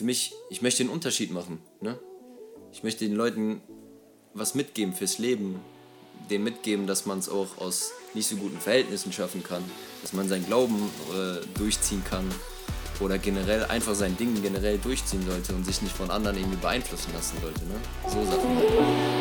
für mich, ich möchte den Unterschied machen, ne? Ich möchte den Leuten was mitgeben fürs Leben, denen mitgeben, dass man es auch aus nicht so guten Verhältnissen schaffen kann, dass man seinen Glauben durchziehen kann oder generell einfach sein Ding generell durchziehen sollte und sich nicht von anderen irgendwie beeinflussen lassen sollte, ne? So Sachen halt.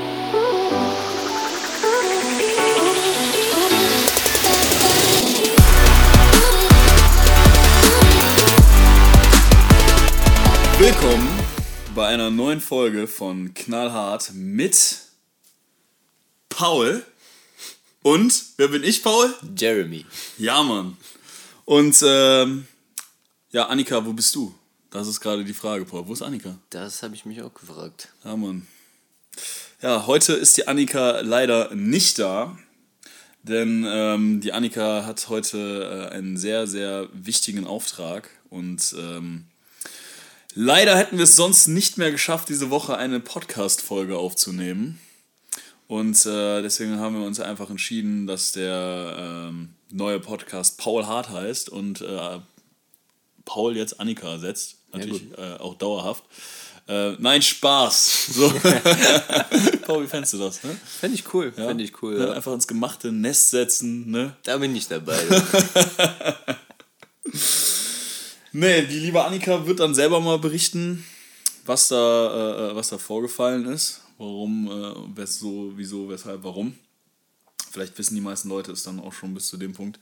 Willkommen bei einer neuen Folge von Knallhart mit Paul. Und, wer bin ich, Paul? Jeremy. Ja, Mann. Und, Annika, wo bist du? Das ist gerade die Frage, Paul. Wo ist Annika? Das habe ich mich auch gefragt. Ja, Mann. Ja, heute ist die Annika leider nicht da. Denn die Annika hat heute einen sehr, sehr wichtigen Auftrag. Und leider hätten wir es sonst nicht mehr geschafft, diese Woche eine Podcast-Folge aufzunehmen. Und deswegen haben wir uns einfach entschieden, dass der neue Podcast Paul Hart heißt und Paul jetzt Annika ersetzt. Natürlich auch dauerhaft. Nein, Spaß. So. Paul, wie fändest du das? Ne? Fände ich cool. Ja? Fände ich cool, ja. Einfach ins gemachte Nest setzen. Ne? Da bin ich dabei. Nee, die liebe Annika wird dann selber mal berichten, was da vorgefallen ist. Warum, wieso, weshalb, warum. Vielleicht wissen die meisten Leute es dann auch schon bis zu dem Punkt.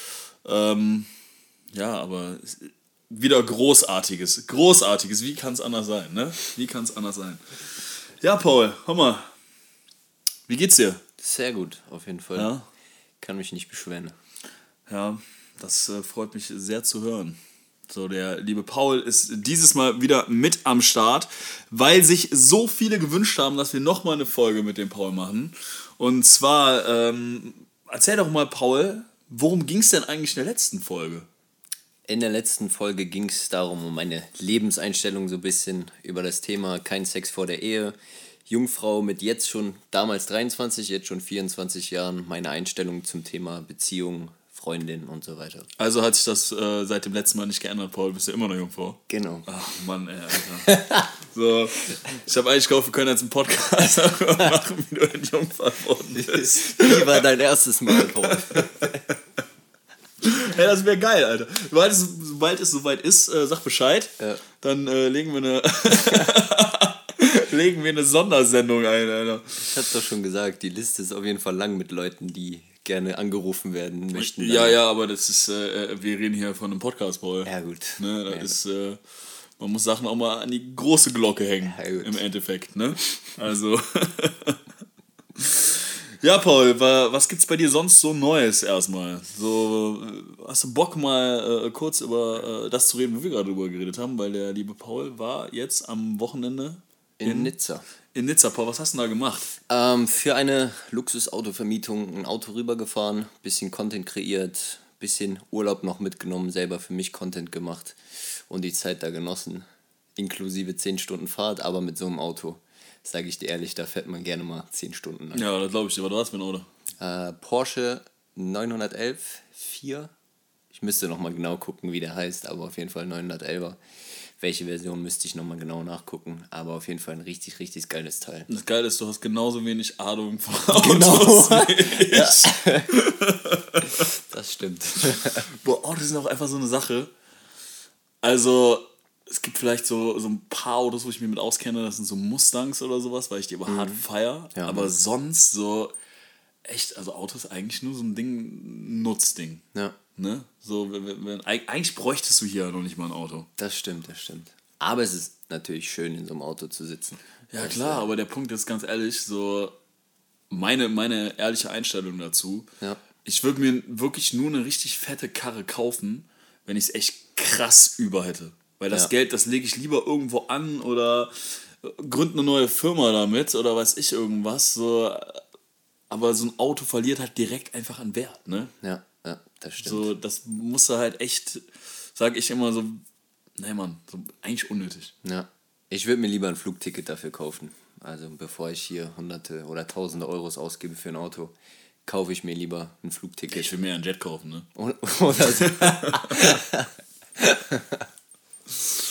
Aber wieder Großartiges. Großartiges, wie kann es anders sein, ne? Wie kann es anders sein? Ja, Paul, hör mal. Wie geht's dir? Sehr gut, auf jeden Fall. Ja? Kann mich nicht beschweren. Ja, das freut mich sehr zu hören. So, der liebe Paul ist dieses Mal wieder mit am Start, weil sich so viele gewünscht haben, dass wir nochmal eine Folge mit dem Paul machen. Und zwar, erzähl doch mal, Paul, worum ging es denn eigentlich in der letzten Folge? In der letzten Folge ging es darum, um meine Lebenseinstellung so ein bisschen über das Thema kein Sex vor der Ehe. Jungfrau mit jetzt schon, damals 23, jetzt schon 24 Jahren, meine Einstellung zum Thema Beziehung, Freundin und so weiter. Also hat sich das seit dem letzten Mal nicht geändert, Paul? Bist du immer noch Jungfrau? Genau. Ach Mann, ey, Alter. So, ich habe eigentlich gehofft, wir können jetzt einen Podcast machen, wie du ein Jungfrau geworden bist. Wie war dein erstes Mal, Paul? Hey, das wäre geil, Alter. Sobald es soweit ist, sag Bescheid. Ja. Dann legen wir eine Sondersendung ein, Alter. Ich hab's doch schon gesagt, die Liste ist auf jeden Fall lang mit Leuten, die gerne angerufen werden möchten. Ja, aber das ist, wir reden hier von einem Podcast, Paul. Ja, gut. Ne, das ist, man muss Sachen auch mal an die große Glocke hängen, ja, im Endeffekt, ne? Also, ja, Paul, was gibt's bei dir sonst so Neues erstmal? So, hast du Bock mal kurz über das zu reden, wo wir gerade drüber geredet haben? Weil der liebe Paul war jetzt am Wochenende in Nizza. In Nizza, Paul, was hast du da gemacht? Für eine Luxusautovermietung ein Auto rübergefahren, bisschen Content kreiert, bisschen Urlaub noch mitgenommen, selber für mich Content gemacht und die Zeit da genossen. Inklusive 10 Stunden Fahrt, aber mit so einem Auto, sage ich dir ehrlich, da fährt man gerne mal 10 Stunden lang. Ja, das glaube ich dir. Was war das für ein Auto? Porsche 911 4. Ich müsste nochmal genau gucken, wie der heißt, aber auf jeden Fall 911er. Welche Version müsste ich nochmal genau nachgucken, aber auf jeden Fall ein richtig, richtig geiles Teil. Das Geile ist, du hast genauso wenig Ahnung von Autos wie ich. Ja. Das stimmt. Boah, Autos sind auch einfach so eine Sache. Also, es gibt vielleicht so ein paar Autos, wo ich mich mit auskenne, das sind so Mustangs oder sowas, weil ich die aber hart feiere. Ja, aber sonst so, echt, also Autos eigentlich nur so ein Nutzding. Ja. Ne? So, eigentlich bräuchtest du hier noch nicht mal ein Auto. Das stimmt. Aber es ist natürlich schön, in so einem Auto zu sitzen. Ja, klar, aber der Punkt ist ganz ehrlich, so meine ehrliche Einstellung dazu. Ja. Ich würde mir wirklich nur eine richtig fette Karre kaufen, wenn ich es echt krass über hätte. Weil das Geld, das lege ich lieber irgendwo an oder gründe eine neue Firma damit oder weiß ich irgendwas. So. Aber so ein Auto verliert halt direkt einfach an Wert, ne? Ja, das stimmt. So, das musst du halt echt, sag ich immer so, nee Mann, so eigentlich unnötig. Ja, ich würde mir lieber ein Flugticket dafür kaufen. Also bevor ich hier Hunderte oder Tausende Euros ausgebe für ein Auto, kaufe ich mir lieber ein Flugticket. Ich will mir ein Jet kaufen, ne? Oder so.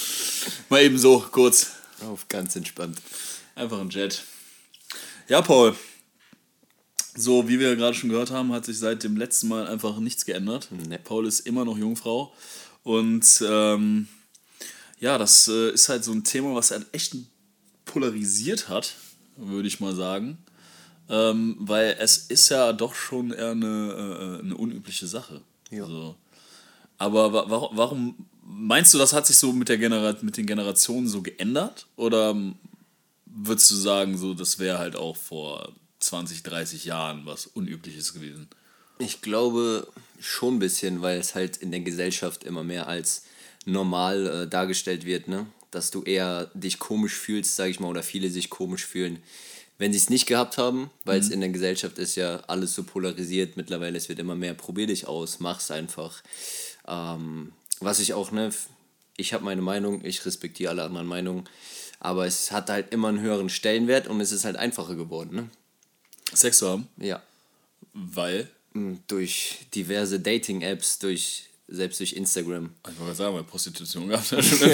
Mal eben so, kurz. Auf ganz entspannt. Einfach ein Jet. Ja, Paul. So, wie wir gerade schon gehört haben, hat sich seit dem letzten Mal einfach nichts geändert. Nee. Paul ist immer noch Jungfrau. Und ja, das ist halt so ein Thema, was halt echt polarisiert hat, würde ich mal sagen. Weil es ist ja doch schon eher eine unübliche Sache. Ja. So. Aber warum meinst du, das hat sich so mit den Generationen so geändert? Oder würdest du sagen, so, das wäre halt auch vor 20, 30 Jahren was Unübliches gewesen? Ich glaube schon ein bisschen, weil es halt in der Gesellschaft immer mehr als normal dargestellt wird, ne? Dass du eher dich komisch fühlst, sag ich mal, oder viele sich komisch fühlen, wenn sie es nicht gehabt haben, weil es in der Gesellschaft ist ja alles so polarisiert mittlerweile, es wird immer mehr, probier dich aus, mach's einfach. Was ich auch, ne, ich habe meine Meinung, ich respektiere alle anderen Meinungen, aber es hat halt immer einen höheren Stellenwert und es ist halt einfacher geworden, ne? Sex zu haben? Ja. Weil? Durch diverse Dating-Apps, selbst durch Instagram. Ich wollte gerade sagen, weil Prostitution gab es ja schon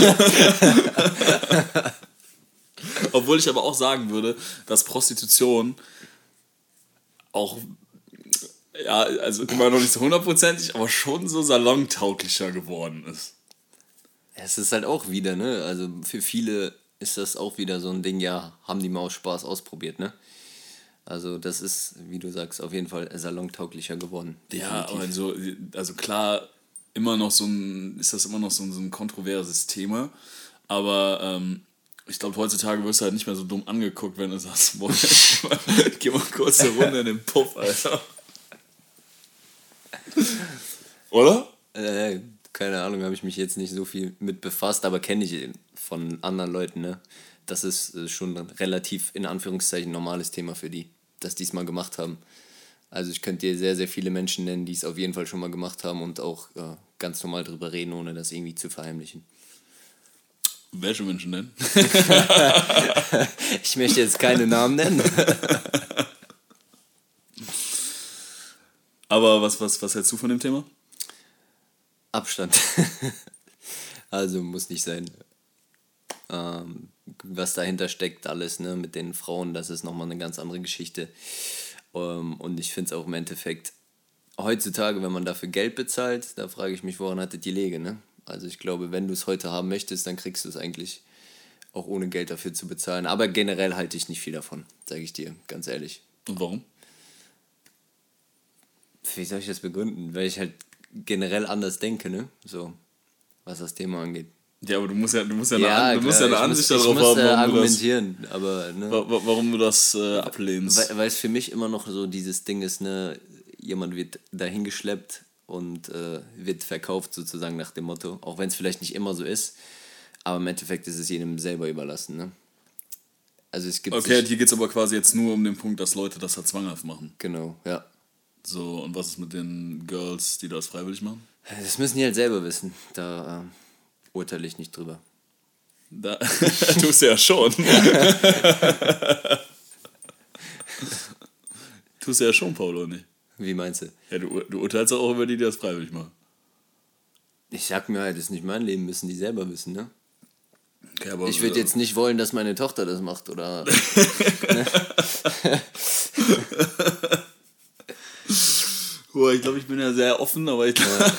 immer. Obwohl ich aber auch sagen würde, dass Prostitution auch, ja, also immer noch nicht so hundertprozentig, aber schon so salontauglicher geworden ist. Es ist halt auch wieder, ne? Also für viele ist das auch wieder so ein Ding, ja, haben die mal aus Spaß ausprobiert, ne? Also das ist, wie du sagst, auf jeden Fall salontauglicher geworden. Ja, Definitiv. also klar, ist das immer noch so ein kontroverses Thema, aber ich glaube, heutzutage wirst du halt nicht mehr so dumm angeguckt, wenn du sagst, boah, geh mal kurz eine Runde in den Puff, Alter. Oder? Keine Ahnung, habe ich mich jetzt nicht so viel mit befasst, aber kenne ich von anderen Leuten, ne? Das ist schon ein relativ, in Anführungszeichen, normales Thema für die, dass die es mal gemacht haben. Also ich könnte dir sehr, sehr viele Menschen nennen, die es auf jeden Fall schon mal gemacht haben und auch ganz normal drüber reden, ohne das irgendwie zu verheimlichen. Welche Menschen denn? Ich möchte jetzt keine Namen nennen. Aber was hältst du von dem Thema? Abstand. Also muss nicht sein. Was dahinter steckt alles, ne, mit den Frauen, das ist nochmal eine ganz andere Geschichte. Und ich finde es auch im Endeffekt, heutzutage, wenn man dafür Geld bezahlt, da frage ich mich, woran hat das die Lege, ne? Also ich glaube, wenn du es heute haben möchtest, dann kriegst du es eigentlich auch ohne Geld dafür zu bezahlen. Aber generell halte ich nicht viel davon, sage ich dir, ganz ehrlich. Und warum? Wie soll ich das begründen? Weil ich halt generell anders denke, ne? So, was das Thema angeht. Ja, aber du musst ja klar, eine Ansicht darauf ich muss haben, argumentieren, aber ne, warum du das ablehnst. weil es für mich immer noch so dieses Ding ist, ne, jemand wird dahingeschleppt und wird verkauft sozusagen nach dem Motto, auch wenn es vielleicht nicht immer so ist, aber im Endeffekt ist es jedem selber überlassen, ne? Also es gibt Okay, hier geht es aber quasi jetzt nur um den Punkt, dass Leute das halt zwanghaft machen. Genau, ja. So, und was ist mit den Girls, die das freiwillig machen? Das müssen die halt selber wissen, da urteile ich nicht drüber. Da tust du ja schon. Tust du ja schon, Paul, oder nicht? Wie meinst du? Ja, du urteilst auch über die das freiwillig machen. Ich sag mir halt, das ist nicht mein Leben, müssen die selber wissen, ne? Okay, aber Ich würde jetzt nicht wollen, dass meine Tochter das macht, oder... Boah, ich glaube, ich bin ja sehr offen, aber ich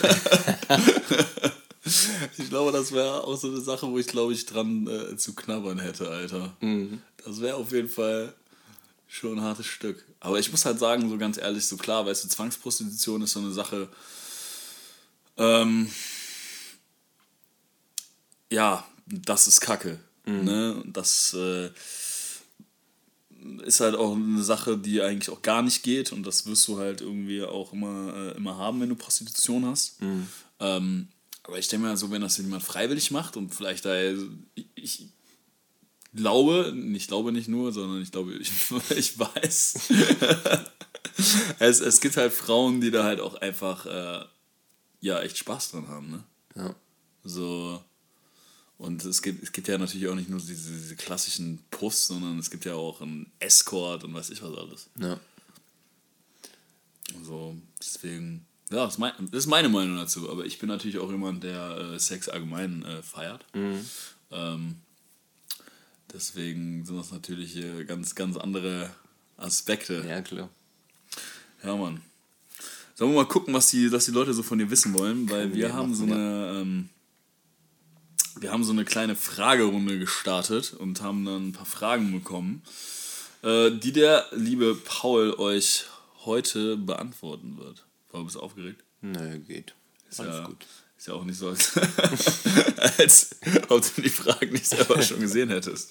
glaube, das wäre auch so eine Sache, wo ich, glaube ich, dran zu knabbern hätte, Alter. Mhm. Das wäre auf jeden Fall schon ein hartes Stück. Aber ich muss halt sagen, so ganz ehrlich, so klar, weißt du, Zwangsprostitution ist so eine Sache, ja, das ist Kacke. Ne? Das ist halt auch eine Sache, die eigentlich auch gar nicht geht und das wirst du halt irgendwie auch immer haben, wenn du Prostitution hast. Aber ich denke mal so, wenn das jemand freiwillig macht und vielleicht da, ich glaube nicht nur, sondern ich glaube, ich weiß, es gibt halt Frauen, die da halt auch einfach ja echt Spaß dran haben, ne? Ja. So. Und es gibt ja natürlich auch nicht nur diese klassischen Puffs, sondern es gibt ja auch einen Escort und weiß ich was alles. Ja. Also deswegen, Ja, das ist meine Meinung dazu. Aber ich bin natürlich auch jemand, der Sex allgemein feiert. Deswegen sind das natürlich ganz, ganz andere Aspekte. Ja, klar. Ja, Mann. Sollen wir mal gucken, was die Leute so von dir wissen wollen? Weil wir haben so eine kleine Fragerunde gestartet und haben dann ein paar Fragen bekommen, die der liebe Paul euch heute beantworten wird. Paul, bist du aufgeregt? Naja, geht. Alles gut. Ist ja auch nicht so, als ob du die Fragen nicht selber schon gesehen hättest.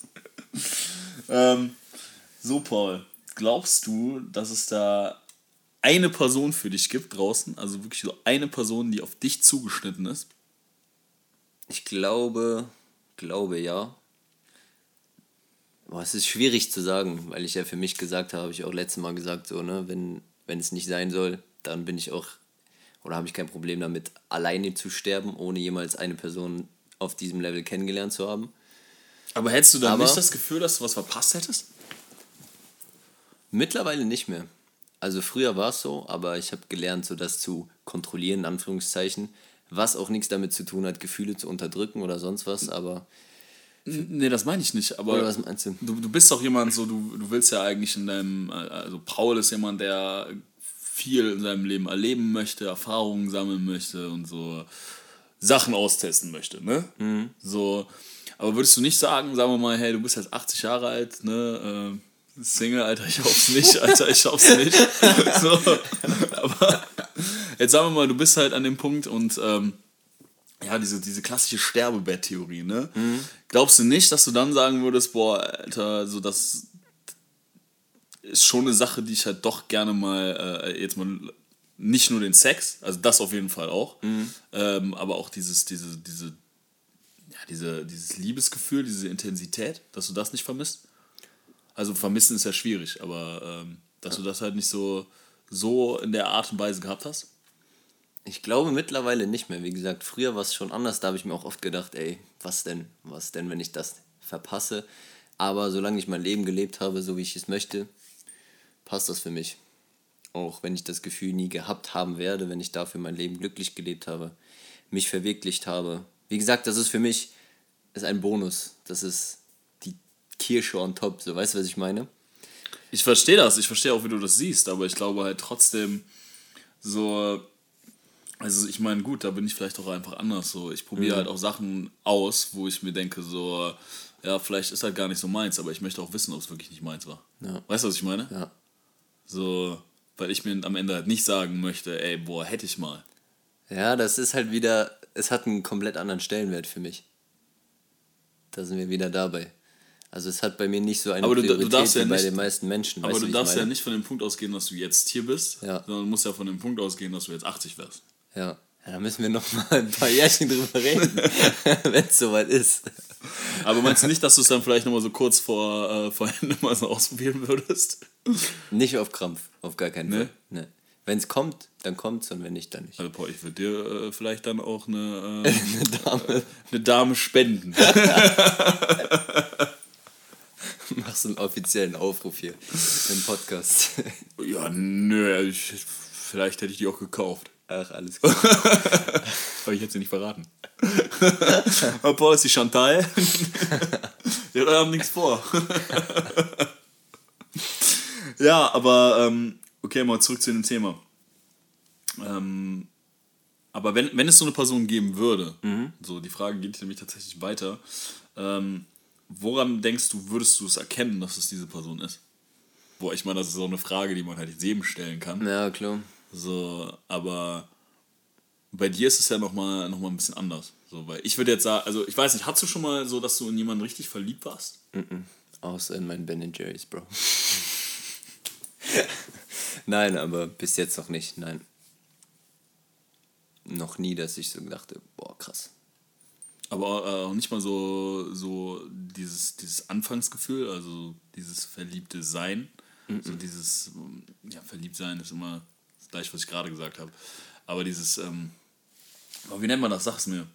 So, Paul, glaubst du, dass es da eine Person für dich gibt draußen, also wirklich so eine Person, die auf dich zugeschnitten ist? Ich glaube ja. Boah, es ist schwierig zu sagen, weil ich ja für mich gesagt habe ich auch letztes Mal gesagt, so, ne, wenn es nicht sein soll, dann bin ich auch, oder habe ich kein Problem damit, alleine zu sterben, ohne jemals eine Person auf diesem Level kennengelernt zu haben. Aber hättest du dann nicht das Gefühl, dass du was verpasst hättest? Mittlerweile nicht mehr. Also früher war es so, aber ich habe gelernt, so das zu kontrollieren, in Anführungszeichen, was auch nichts damit zu tun hat, Gefühle zu unterdrücken oder sonst was, aber... Nee, das meine ich nicht, aber oder was meinst du? Du bist doch jemand, so du willst ja eigentlich in deinem, also Paul ist jemand, der viel in seinem Leben erleben möchte, Erfahrungen sammeln möchte und so Sachen austesten möchte, ne? So, aber würdest du nicht sagen wir mal, hey, du bist jetzt 80 Jahre alt, ne, Single, Alter, ich hoff's nicht, Alter, ich hoff's nicht. So, aber jetzt sagen wir mal, du bist halt an dem Punkt und ja, diese klassische Sterbebett-Theorie, ne? Glaubst du nicht, dass du dann sagen würdest, boah, Alter, so das ist schon eine Sache, die ich halt doch gerne mal, jetzt mal nicht nur den Sex, also das auf jeden Fall auch, aber auch dieses Liebesgefühl, diese Intensität, dass du das nicht vermisst? Also vermissen ist ja schwierig, aber dass du das halt nicht so in der Art und Weise gehabt hast? Ich glaube mittlerweile nicht mehr. Wie gesagt, früher war es schon anders. Da habe ich mir auch oft gedacht, ey, was denn, wenn ich das verpasse? Aber solange ich mein Leben gelebt habe, so wie ich es möchte, passt das für mich. Auch wenn ich das Gefühl nie gehabt haben werde, wenn ich dafür mein Leben glücklich gelebt habe, mich verwirklicht habe. Wie gesagt, das ist für mich ist ein Bonus. Das ist die Kirsche on top. So, weißt du, was ich meine? Ich verstehe das. Ich verstehe auch, wie du das siehst. Aber ich glaube halt trotzdem so... Also ich meine, gut, da bin ich vielleicht auch einfach anders so. Ich probiere halt auch Sachen aus, wo ich mir denke so, ja, vielleicht ist halt gar nicht so meins, aber ich möchte auch wissen, ob es wirklich nicht meins war. Ja. Weißt du, was ich meine? Ja. So, weil ich mir am Ende halt nicht sagen möchte, ey, boah, hätte ich mal. Ja, das ist halt wieder, es hat einen komplett anderen Stellenwert für mich. Da sind wir wieder dabei. Also es hat bei mir nicht so eine Priorität wie bei den meisten Menschen. Aber du darfst ja nicht von dem Punkt ausgehen, dass du jetzt hier bist, ja, sondern du musst ja von dem Punkt ausgehen, dass du jetzt 80 wärst. Ja, da müssen wir noch mal ein paar Jährchen drüber reden, wenn es soweit ist. Aber meinst du nicht, dass du es dann vielleicht noch mal so kurz vor Ende mal so ausprobieren würdest? Nicht auf Krampf, auf gar keinen Fall. Nee. Wenn es kommt, dann kommt es und wenn nicht, dann nicht. Also Paul, ich würde dir vielleicht dann auch eine eine Dame spenden. Machst du einen offiziellen Aufruf hier im Podcast. Ja, nö, vielleicht hätte ich die auch gekauft. Ach, alles gut. Aber ich hätte sie nicht verraten. Aber Paul ist die Chantal. Die hat haben nichts vor. Ja, aber okay, mal zurück zu dem Thema. Aber wenn es so eine Person geben würde, so die Frage geht nämlich tatsächlich weiter, woran denkst du, würdest du es erkennen, dass es diese Person ist? Boah, ich meine, das ist so eine Frage, die man halt jedem stellen kann. Ja, klar. So, aber bei dir ist es ja noch mal ein bisschen anders. So, weil ich würde jetzt sagen, also ich weiß nicht, hattest du schon mal so, dass du in jemanden richtig verliebt warst? Außer in meinen Ben & Jerry's, Bro. Nein, aber bis jetzt noch nicht, nein. Noch nie, dass ich so dachte, boah, krass. Aber auch nicht mal so dieses Anfangsgefühl, also dieses verliebte Sein. So dieses, ja, verliebt sein ist immer das gleiche, was ich gerade gesagt habe. Aber dieses, wie nennt man das? Sag's mir.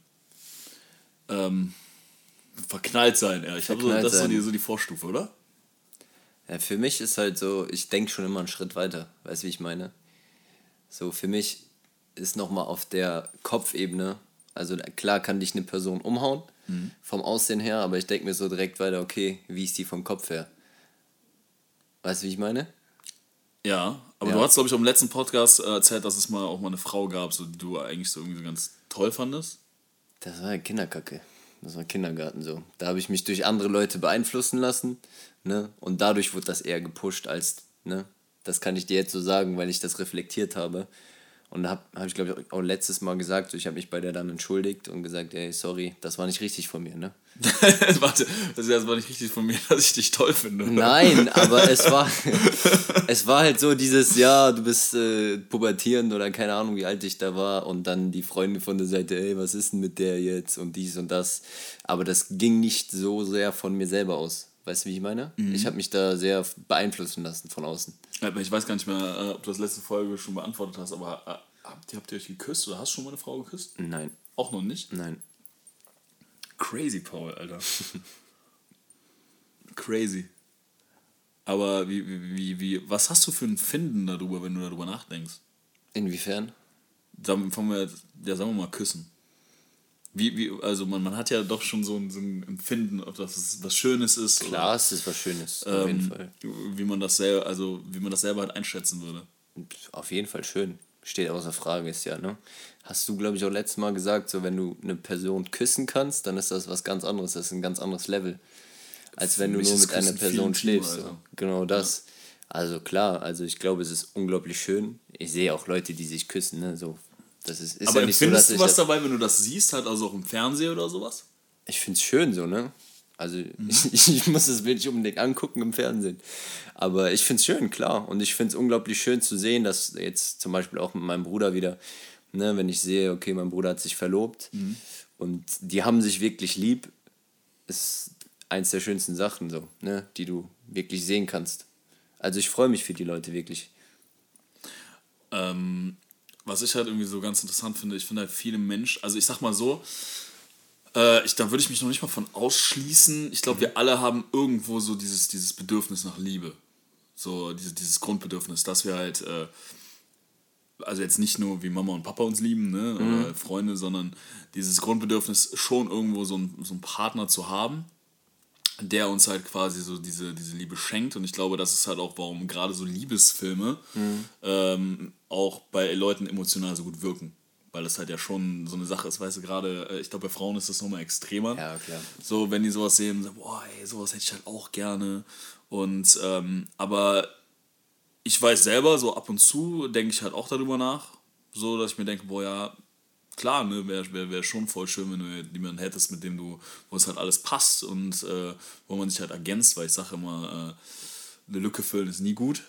Verknallt sein, ja. Ich habe das ist so die Vorstufe, oder? Ja, für mich ist halt so, ich denke schon immer einen Schritt weiter. Weißt du, wie ich meine? So, für mich ist nochmal auf der Kopfebene. Also klar kann dich eine Person umhauen, vom Aussehen her, aber ich denke mir so direkt weiter, okay, wie ist die vom Kopf her? Weißt du, wie ich meine? Ja, aber Ja. du hast, glaube ich, auch im letzten Podcast erzählt, dass es mal auch mal eine Frau gab, so, die du eigentlich so irgendwie so ganz toll fandest. Das war ja Kinderkacke. Das war Kindergarten so. Da habe ich mich durch andere Leute beeinflussen lassen, ne? Und dadurch wurde das eher gepusht als, ne? Das kann ich dir jetzt so sagen, weil ich das reflektiert habe. Und da hab ich, glaube ich, auch letztes Mal gesagt, so, ich habe mich bei der dann entschuldigt und gesagt, ey, sorry, das war nicht richtig von mir, ne? Warte, das war nicht richtig von mir, dass ich dich toll finde. Oder? Nein, aber es war halt so dieses, ja, du bist pubertierend oder keine Ahnung, wie alt ich da war und dann die Freunde von der Seite, ey, was ist denn mit der jetzt und dies und das. Aber das ging nicht so sehr von mir selber aus. Weißt du, wie ich meine? Ich habe mich da sehr beeinflussen lassen von außen. Aber ich weiß gar nicht mehr, ob du das letzte Folge schon beantwortet hast, aber habt ihr euch geküsst oder hast du schon mal eine Frau geküsst? Nein, Auch noch nicht? nein. Crazy, Paul, Alter. Crazy. Aber was hast du für ein Finden darüber, wenn du darüber nachdenkst? Inwiefern? Sagen wir mal küssen. Also man hat ja doch schon so ein Empfinden, ob das was Schönes ist. Klar, oder, es ist was Schönes, auf jeden Fall. wie man das selber halt einschätzen würde. Auf jeden Fall schön. Steht außer Frage, ist ja, ne? Hast du, glaube ich, auch letztes Mal gesagt, so wenn du eine Person küssen kannst, dann ist das was ganz anderes, das ist ein ganz anderes Level. Als wenn Für du mich nur ist mit einer Küssen viel Person intimer, schläfst. So. Alter. Genau das. Also klar, also ich glaube, es ist unglaublich schön. Ich sehe auch Leute, die sich küssen, ne? So, das ist Aber ja nicht so, empfindest dass du ich was das, dabei, wenn du das siehst, halt also auch im Fernsehen oder sowas? ich finde es schön so, ne? Also ich muss es mir nicht unbedingt angucken im Fernsehen. Aber ich finde es schön, klar. Und ich finde es unglaublich schön zu sehen, dass jetzt zum Beispiel auch mit meinem Bruder wieder, ne, wenn ich sehe, okay, mein Bruder hat sich verlobt und die haben sich wirklich lieb, ist eins der schönsten Sachen so, ne, die du wirklich sehen kannst. Also ich freue mich für die Leute wirklich. Was ich halt irgendwie so ganz interessant finde, ich finde halt viele Menschen, also ich sag mal so, da würde ich mich noch nicht mal von ausschließen. Ich glaube, wir alle haben irgendwo so dieses Bedürfnis nach Liebe. So dieses Grundbedürfnis, dass wir halt, also jetzt nicht nur wie Mama und Papa uns lieben, ne, oder Freunde, sondern dieses Grundbedürfnis schon irgendwo so einen Partner zu haben, der uns halt quasi so diese Liebe schenkt. Und ich glaube, das ist halt auch, warum gerade so Liebesfilme auch bei Leuten emotional so gut wirken. Weil das halt ja schon so eine Sache ist, weißt du, gerade, ich glaube, bei Frauen ist das nochmal extremer. Ja, klar. So, wenn die sowas sehen, sagen, boah, ey, sowas hätte ich halt auch gerne. Und, aber ich weiß selber, so ab und zu denke ich halt auch darüber nach, so, dass ich mir denke, boah, ja, klar, ne, wär schon voll schön, wenn du jemanden hättest, mit dem wo es halt alles passt und wo man sich halt ergänzt, weil ich sage immer, eine Lücke füllen ist nie gut.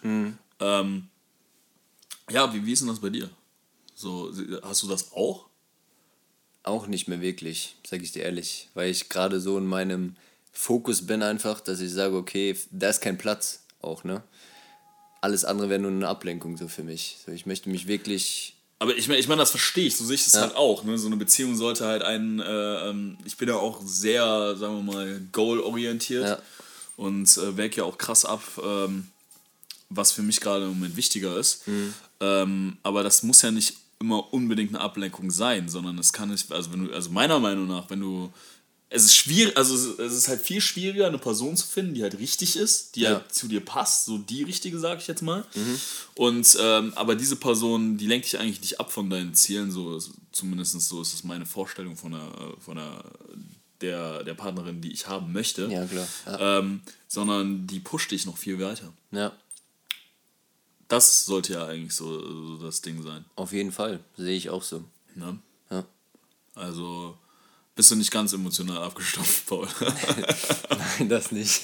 Ja, wie ist denn das bei dir? So, hast du das auch? Auch nicht mehr wirklich, sag ich dir ehrlich, weil ich gerade so in meinem Fokus bin einfach, dass ich sage, okay, da ist kein Platz auch, ne? Alles andere wäre nur eine Ablenkung so für mich. So, ich möchte mich wirklich... Aber ich meine, das verstehe ich, so sehe ich das Ja. halt auch. Ne? So eine Beziehung sollte halt ich bin ja auch sehr, sagen wir mal, goal-orientiert Ja. und wäge ja auch krass ab, was für mich gerade im Moment wichtiger ist. Aber das muss ja nicht immer unbedingt eine Ablenkung sein, sondern es kann nicht, also meiner Meinung nach, es ist schwierig, also es ist halt viel schwieriger, eine Person zu finden, die halt richtig ist, die halt zu dir passt, so die richtige, sag ich jetzt mal. Und aber diese Person, die lenkt dich eigentlich nicht ab von deinen Zielen, so zumindest so ist es meine Vorstellung von der Partnerin, die ich haben möchte. Ja, klar. Ja. Sondern die pusht dich noch viel weiter. Ja, Das sollte ja eigentlich so das Ding sein. auf jeden Fall. Sehe ich auch so. Ne? Ja. Also bist du nicht ganz emotional abgestumpft, Paul. Nein, das nicht.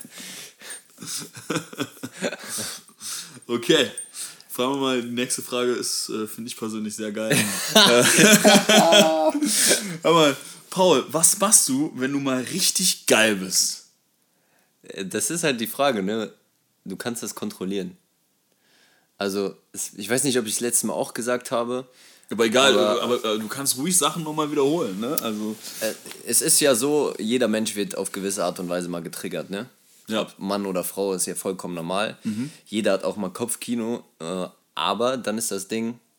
Okay. Fragen wir mal, die nächste Frage ist, finde ich persönlich sehr geil. Aber Paul, was machst du, wenn du mal richtig geil bist? Das ist halt die Frage, ne? Du kannst das kontrollieren. Also, ich weiß nicht, ob ich es letztes Mal auch gesagt habe. Aber egal, aber du kannst ruhig Sachen nochmal wiederholen, ne? Also, Es ist ja so, jeder Mensch wird auf gewisse Art und Weise mal getriggert, ne? ja. Ob Mann oder Frau ist ja vollkommen normal. Jeder hat auch mal Kopfkino, aber dann ist das Ding,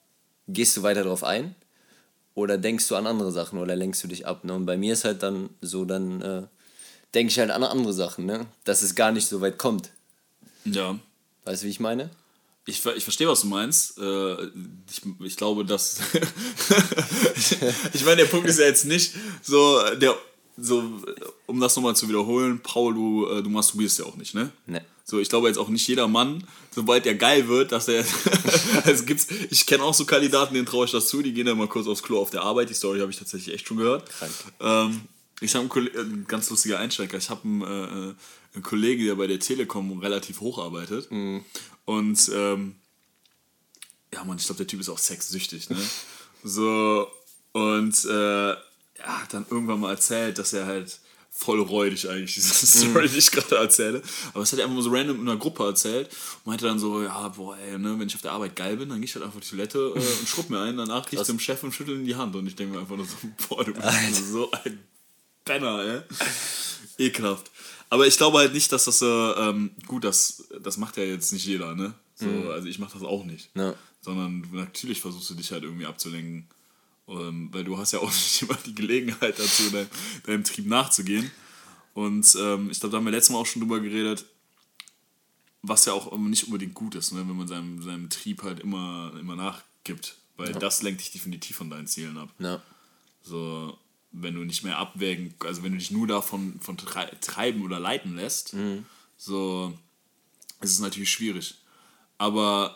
gehst du weiter drauf ein oder denkst du an andere Sachen oder lenkst du dich ab, ne? Und bei mir ist halt dann so, dann denke ich halt an andere Sachen, ne? Dass es gar nicht so weit kommt. Ja. Weißt du, wie ich meine? Ich verstehe, was du meinst. Ich glaube, dass... ich meine, der Punkt ist ja jetzt nicht so, um das nochmal zu wiederholen, Paul, du masturbierst ja auch nicht, ne? Ne. So, ich glaube jetzt auch nicht jeder Mann, sobald er geil wird, dass er... ich kenne auch so Kandidaten, denen traue ich das zu, die gehen dann mal kurz aufs Klo auf der Arbeit. Die Story habe ich tatsächlich echt schon gehört. Ich habe ein ganz lustiger Einsteiger. Ich habe einen Kollegen, der bei der Telekom relativ hoch arbeitet. Und ja, Mann, ich glaube, der Typ ist auch sexsüchtig, ne? So, und hat dann irgendwann mal erzählt, dass er halt voll räudig eigentlich, diese Story, die ich gerade erzähle. Aber das hat er einfach mal so random in einer Gruppe erzählt und meinte dann so, ja, boah, ey, ne, wenn ich auf der Arbeit geil bin, dann gehe ich halt einfach auf die Toilette und schrubb mir ein, danach gehe ich zum Chef und schüttel in die Hand und ich denke mir einfach nur so, boah, du bist so ein Penner, ey. Ekelhaft. Aber ich glaube halt nicht, dass das gut, das macht ja jetzt nicht jeder, ne? So, also ich mache das auch nicht. Ja. Sondern natürlich versuchst du dich halt irgendwie abzulenken. Weil du hast ja auch nicht immer die Gelegenheit dazu, deinem Trieb nachzugehen. Und ich glaube, da haben wir letztes Mal auch schon drüber geredet, was ja auch nicht unbedingt gut ist, ne? Wenn man seinem Trieb halt immer nachgibt. Weil das lenkt dich definitiv von deinen Zielen ab. Ja. So, wenn du nicht mehr abwägen, also wenn du dich nur davon treiben oder leiten lässt, so ist es natürlich schwierig. Aber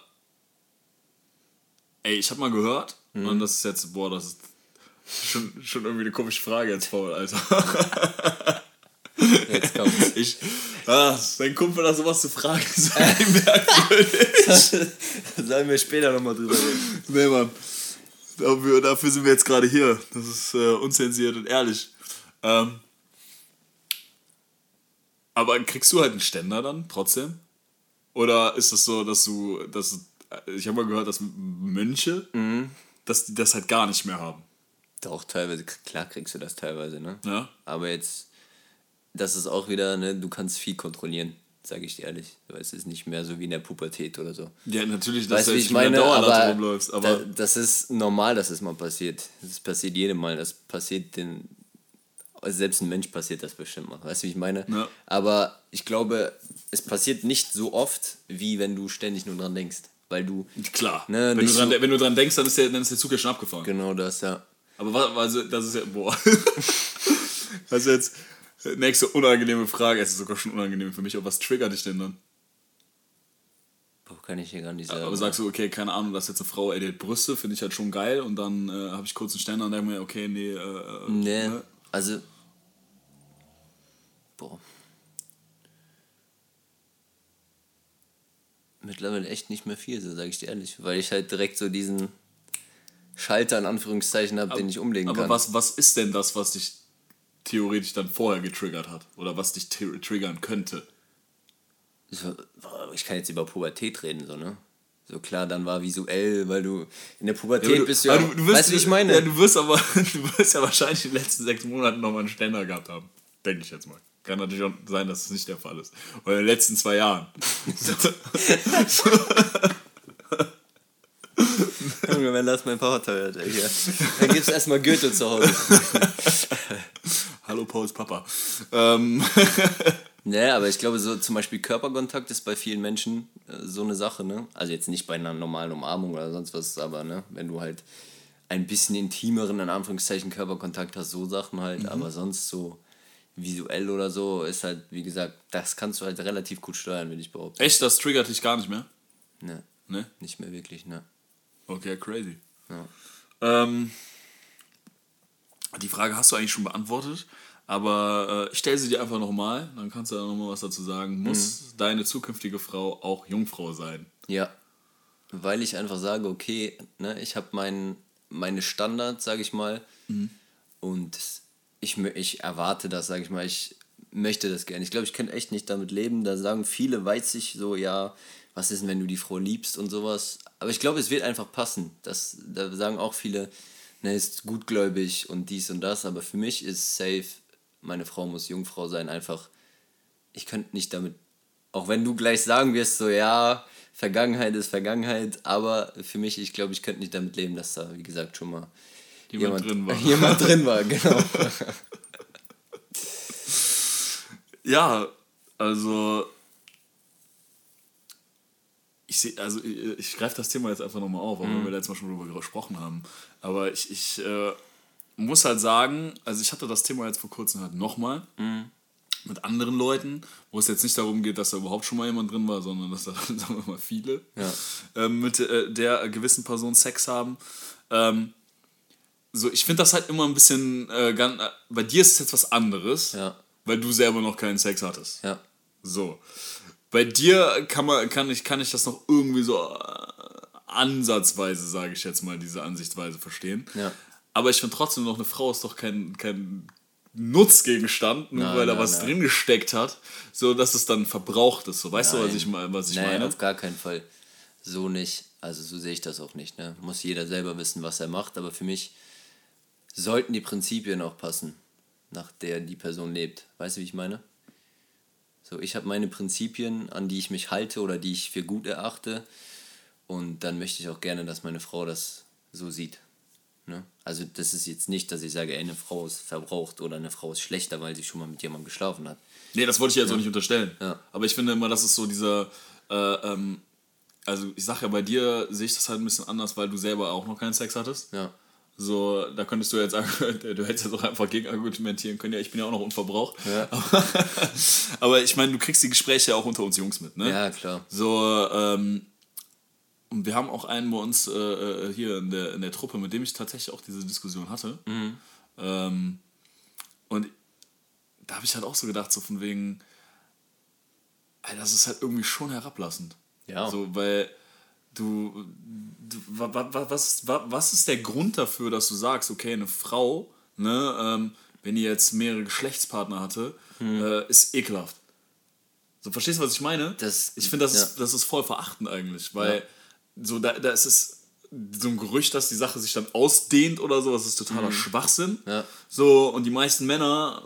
ey, ich habe mal gehört, und das ist jetzt, boah, das ist schon irgendwie eine komische Frage jetzt, Paul, Alter. Jetzt kommt's. Dein Kumpel da sowas zu fragen, ist irgendwie merkwürdig. Sollen wir später nochmal drüber reden. Nee, Mann. Dafür sind wir jetzt gerade hier. Das ist unzensiert und ehrlich. Aber kriegst du halt einen Ständer dann trotzdem? Oder ist es so, dass ich habe mal gehört, dass Mönche, dass die das halt gar nicht mehr haben. Doch, teilweise, klar kriegst du das teilweise, ne? Ja. Aber jetzt, das ist auch wieder, ne, du kannst viel kontrollieren, sage ich dir ehrlich. Weil es ist nicht mehr so wie in der Pubertät oder so. Ja, natürlich, dass du du nicht ich meine, Dauer da aber rumläufst. Aber das ist normal, dass es mal passiert. Das passiert jedem Mal. Das passiert selbst ein Mensch passiert das bestimmt mal. Weißt du, wie ich meine? Ja. Aber ich glaube, es passiert nicht so oft, wie wenn du ständig nur dran denkst. Weil du... klar, ne, wenn du dran denkst, dann ist der Zug ja schon abgefahren. Genau das, ja. Aber also, das ist ja, boah. Also jetzt, nächste unangenehme Frage, es ist sogar schon unangenehm für mich, aber was triggert dich denn dann? Boah, kann ich hier gar nicht sagen. Aber sagst du, okay, keine Ahnung, das ist jetzt eine Frau, die hat Brüste, finde ich halt schon geil und dann habe ich kurz einen Ständer und denke mir, okay, nee. Nee, ne? also... Boah. Mittlerweile echt nicht mehr viel, so sage ich dir ehrlich. Weil ich halt direkt so diesen Schalter in Anführungszeichen habe, den ich umlegen kann. Aber was ist denn das, was dich theoretisch dann vorher getriggert hat? Oder was dich triggern könnte? Ich kann jetzt über Pubertät reden, so, ne? So klar, dann war visuell, weil du in der Pubertät bist du ja... Weißt du, wie ich meine? Ja, du wirst ja wahrscheinlich in den letzten 6 Monaten nochmal einen Ständer gehabt haben. Denke ich jetzt mal. Kann natürlich auch sein, dass es nicht der Fall ist. Oder in den letzten 2 Jahren. Junge, wenn das mein Vater hört, ey, hier. Dann gibt's erstmal Goethe zu Hause. Hallo Pauls Papa. Ne, aber ich glaube, so zum Beispiel Körperkontakt ist bei vielen Menschen so eine Sache, ne? Also jetzt nicht bei einer normalen Umarmung oder sonst was, aber ne, wenn du halt ein bisschen intimeren, in Anführungszeichen, Körperkontakt hast, so Sachen halt, aber sonst so visuell oder so ist halt, wie gesagt, das kannst du halt relativ gut steuern, würde ich behaupten. Echt, das triggert dich gar nicht mehr? Ne, nicht mehr wirklich, ne. Okay, crazy. Ja. Die Frage hast du eigentlich schon beantwortet, aber ich stelle sie dir einfach nochmal, dann kannst du da nochmal was dazu sagen. Muss deine zukünftige Frau auch Jungfrau sein? Ja, weil ich einfach sage, okay, ne, ich habe meine Standards, sage ich mal, und ich erwarte das, sage ich mal, ich möchte das gerne. Ich glaube, ich könnte echt nicht damit leben. Da sagen viele, weiß ich so, ja, was ist denn, wenn du die Frau liebst und sowas. Aber ich glaube, es wird einfach passen. Da sagen auch viele, ne, ist gutgläubig und dies und das. Aber für mich ist safe, meine Frau muss Jungfrau sein. Einfach, ich könnte nicht damit Auch wenn du gleich sagen wirst, so ja, Vergangenheit ist Vergangenheit, aber für mich, ich glaube, ich könnte nicht damit leben, dass da, wie gesagt, schon mal jemand drin war. Jemand drin war, genau. Ja, also ich greife das Thema jetzt einfach nochmal auf, auch wenn wir da jetzt mal schon drüber gesprochen haben. Aber ich muss halt sagen, also ich hatte das Thema jetzt vor kurzem halt nochmal mit anderen Leuten, wo es jetzt nicht darum geht, dass da überhaupt schon mal jemand drin war, sondern dass da, sagen wir mal, viele mit der gewissen Person Sex haben. So, ich finde das halt immer ein bisschen, bei dir ist es jetzt was anderes, weil du selber noch keinen Sex hattest. Ja. So. Bei dir kann ich das noch irgendwie so ansatzweise, sage ich jetzt mal, diese Ansichtsweise verstehen. Ja. Aber ich finde trotzdem noch, eine Frau ist doch kein Nutzgegenstand, nur weil da was drin gesteckt hat, so dass es dann verbraucht ist. So, weißt du, was ich meine? Auf gar keinen Fall. So nicht. Also so sehe ich das auch nicht. Ne? Muss jeder selber wissen, was er macht. Aber für mich sollten die Prinzipien auch passen, nach der die Person lebt. Weißt du, wie ich meine? So, ich habe meine Prinzipien, an die ich mich halte oder die ich für gut erachte. Und dann möchte ich auch gerne, dass meine Frau das so sieht. Ne? Also das ist jetzt nicht, dass ich sage, ey, eine Frau ist verbraucht oder eine Frau ist schlechter, weil sie schon mal mit jemandem geschlafen hat. Nee, das wollte ich jetzt auch nicht unterstellen. Ja. Aber ich finde immer, das ist so dieser... also ich sage ja, bei dir sehe ich das halt ein bisschen anders, weil du selber auch noch keinen Sex hattest. Ja. So, da könntest du jetzt sagen, du hättest jetzt auch einfach gegen argumentieren können, ja, ich bin ja auch noch unverbraucht. Ja. Aber ich meine, du kriegst die Gespräche ja auch unter uns Jungs mit, ne? Ja, klar. So, und wir haben auch einen bei uns hier in der Truppe, mit dem ich tatsächlich auch diese Diskussion hatte. Und da habe ich halt auch so gedacht, so von wegen, Alter, das ist halt irgendwie schon herablassend. Ja. So, weil was ist der Grund dafür, dass du sagst, okay, eine Frau, ne, wenn die jetzt mehrere Geschlechtspartner hatte, ist ekelhaft. So, verstehst du, was ich meine? Ich finde, das ist voll verachtend eigentlich, weil so da ist es so ein Gerücht, dass die Sache sich dann ausdehnt oder so, das ist totaler Schwachsinn. Ja. So, und die meisten Männer,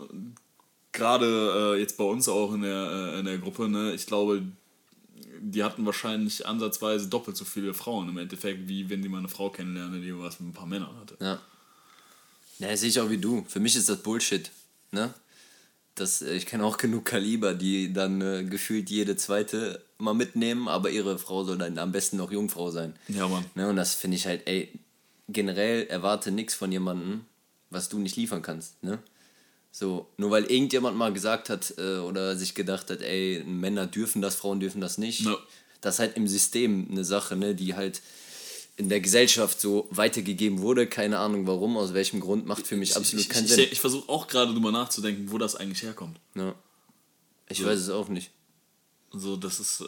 gerade jetzt bei uns auch in der Gruppe, ne, ich glaube, die hatten wahrscheinlich ansatzweise doppelt so viele Frauen im Endeffekt, wie wenn die mal eine Frau kennenlernen, die was mit ein paar Männern hatte. Ja. Ja, das sehe ich auch wie du. Für mich ist das Bullshit. Ne? Ich kenne auch genug Kaliber, die dann gefühlt jede zweite mal mitnehmen, aber ihre Frau soll dann am besten noch Jungfrau sein. Ja, Mann. Ne? Und das finde ich halt, generell erwarte nichts von jemandem, was du nicht liefern kannst. Ne? So, nur weil irgendjemand mal gesagt hat oder sich gedacht hat, ey, Männer dürfen das, Frauen dürfen das nicht. No. Das ist halt im System eine Sache, ne, die halt in der Gesellschaft so weitergegeben wurde. Keine Ahnung warum, aus welchem Grund, macht für mich absolut keinen Sinn. Ich versuche auch gerade drüber nachzudenken, wo das eigentlich herkommt. Ja. Ich weiß es auch nicht. So, das ist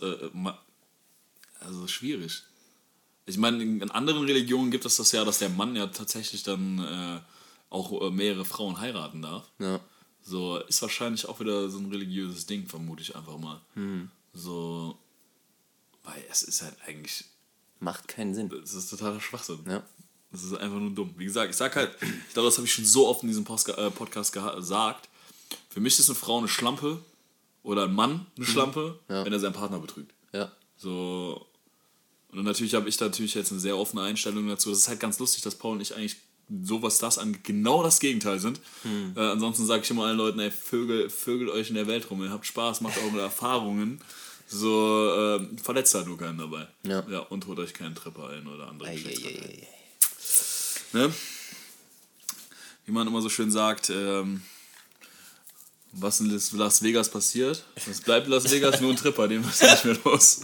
also schwierig. Ich meine, in anderen Religionen gibt es das ja, dass der Mann ja tatsächlich dann auch mehrere Frauen heiraten darf. Ja. So, ist wahrscheinlich auch wieder so ein religiöses Ding, vermute ich einfach mal. So, weil es ist halt eigentlich... Macht keinen Sinn. Das ist totaler Schwachsinn. Ja. Das ist einfach nur dumm. Wie gesagt, ich glaube, das habe ich schon so oft in diesem Podcast gesagt. Für mich ist eine Frau eine Schlampe oder ein Mann eine Schlampe, wenn er seinen Partner betrügt. Ja. So. Und natürlich habe ich jetzt eine sehr offene Einstellung dazu. Das ist halt ganz lustig, dass Paul und ich eigentlich so, was das angeht, genau das Gegenteil sind. Ansonsten sage ich immer allen Leuten, ey, vögelt euch in der Welt rum, ihr habt Spaß, macht eure Erfahrungen. So, verletzt halt nur keinen dabei. Ja, und holt euch keinen Tripper ein oder andere Geschlechtsverkehr. Ne? Wie man immer so schön sagt, was in Las Vegas passiert, es bleibt Las Vegas, nur ein Tripper, den wirst du nicht mehr los.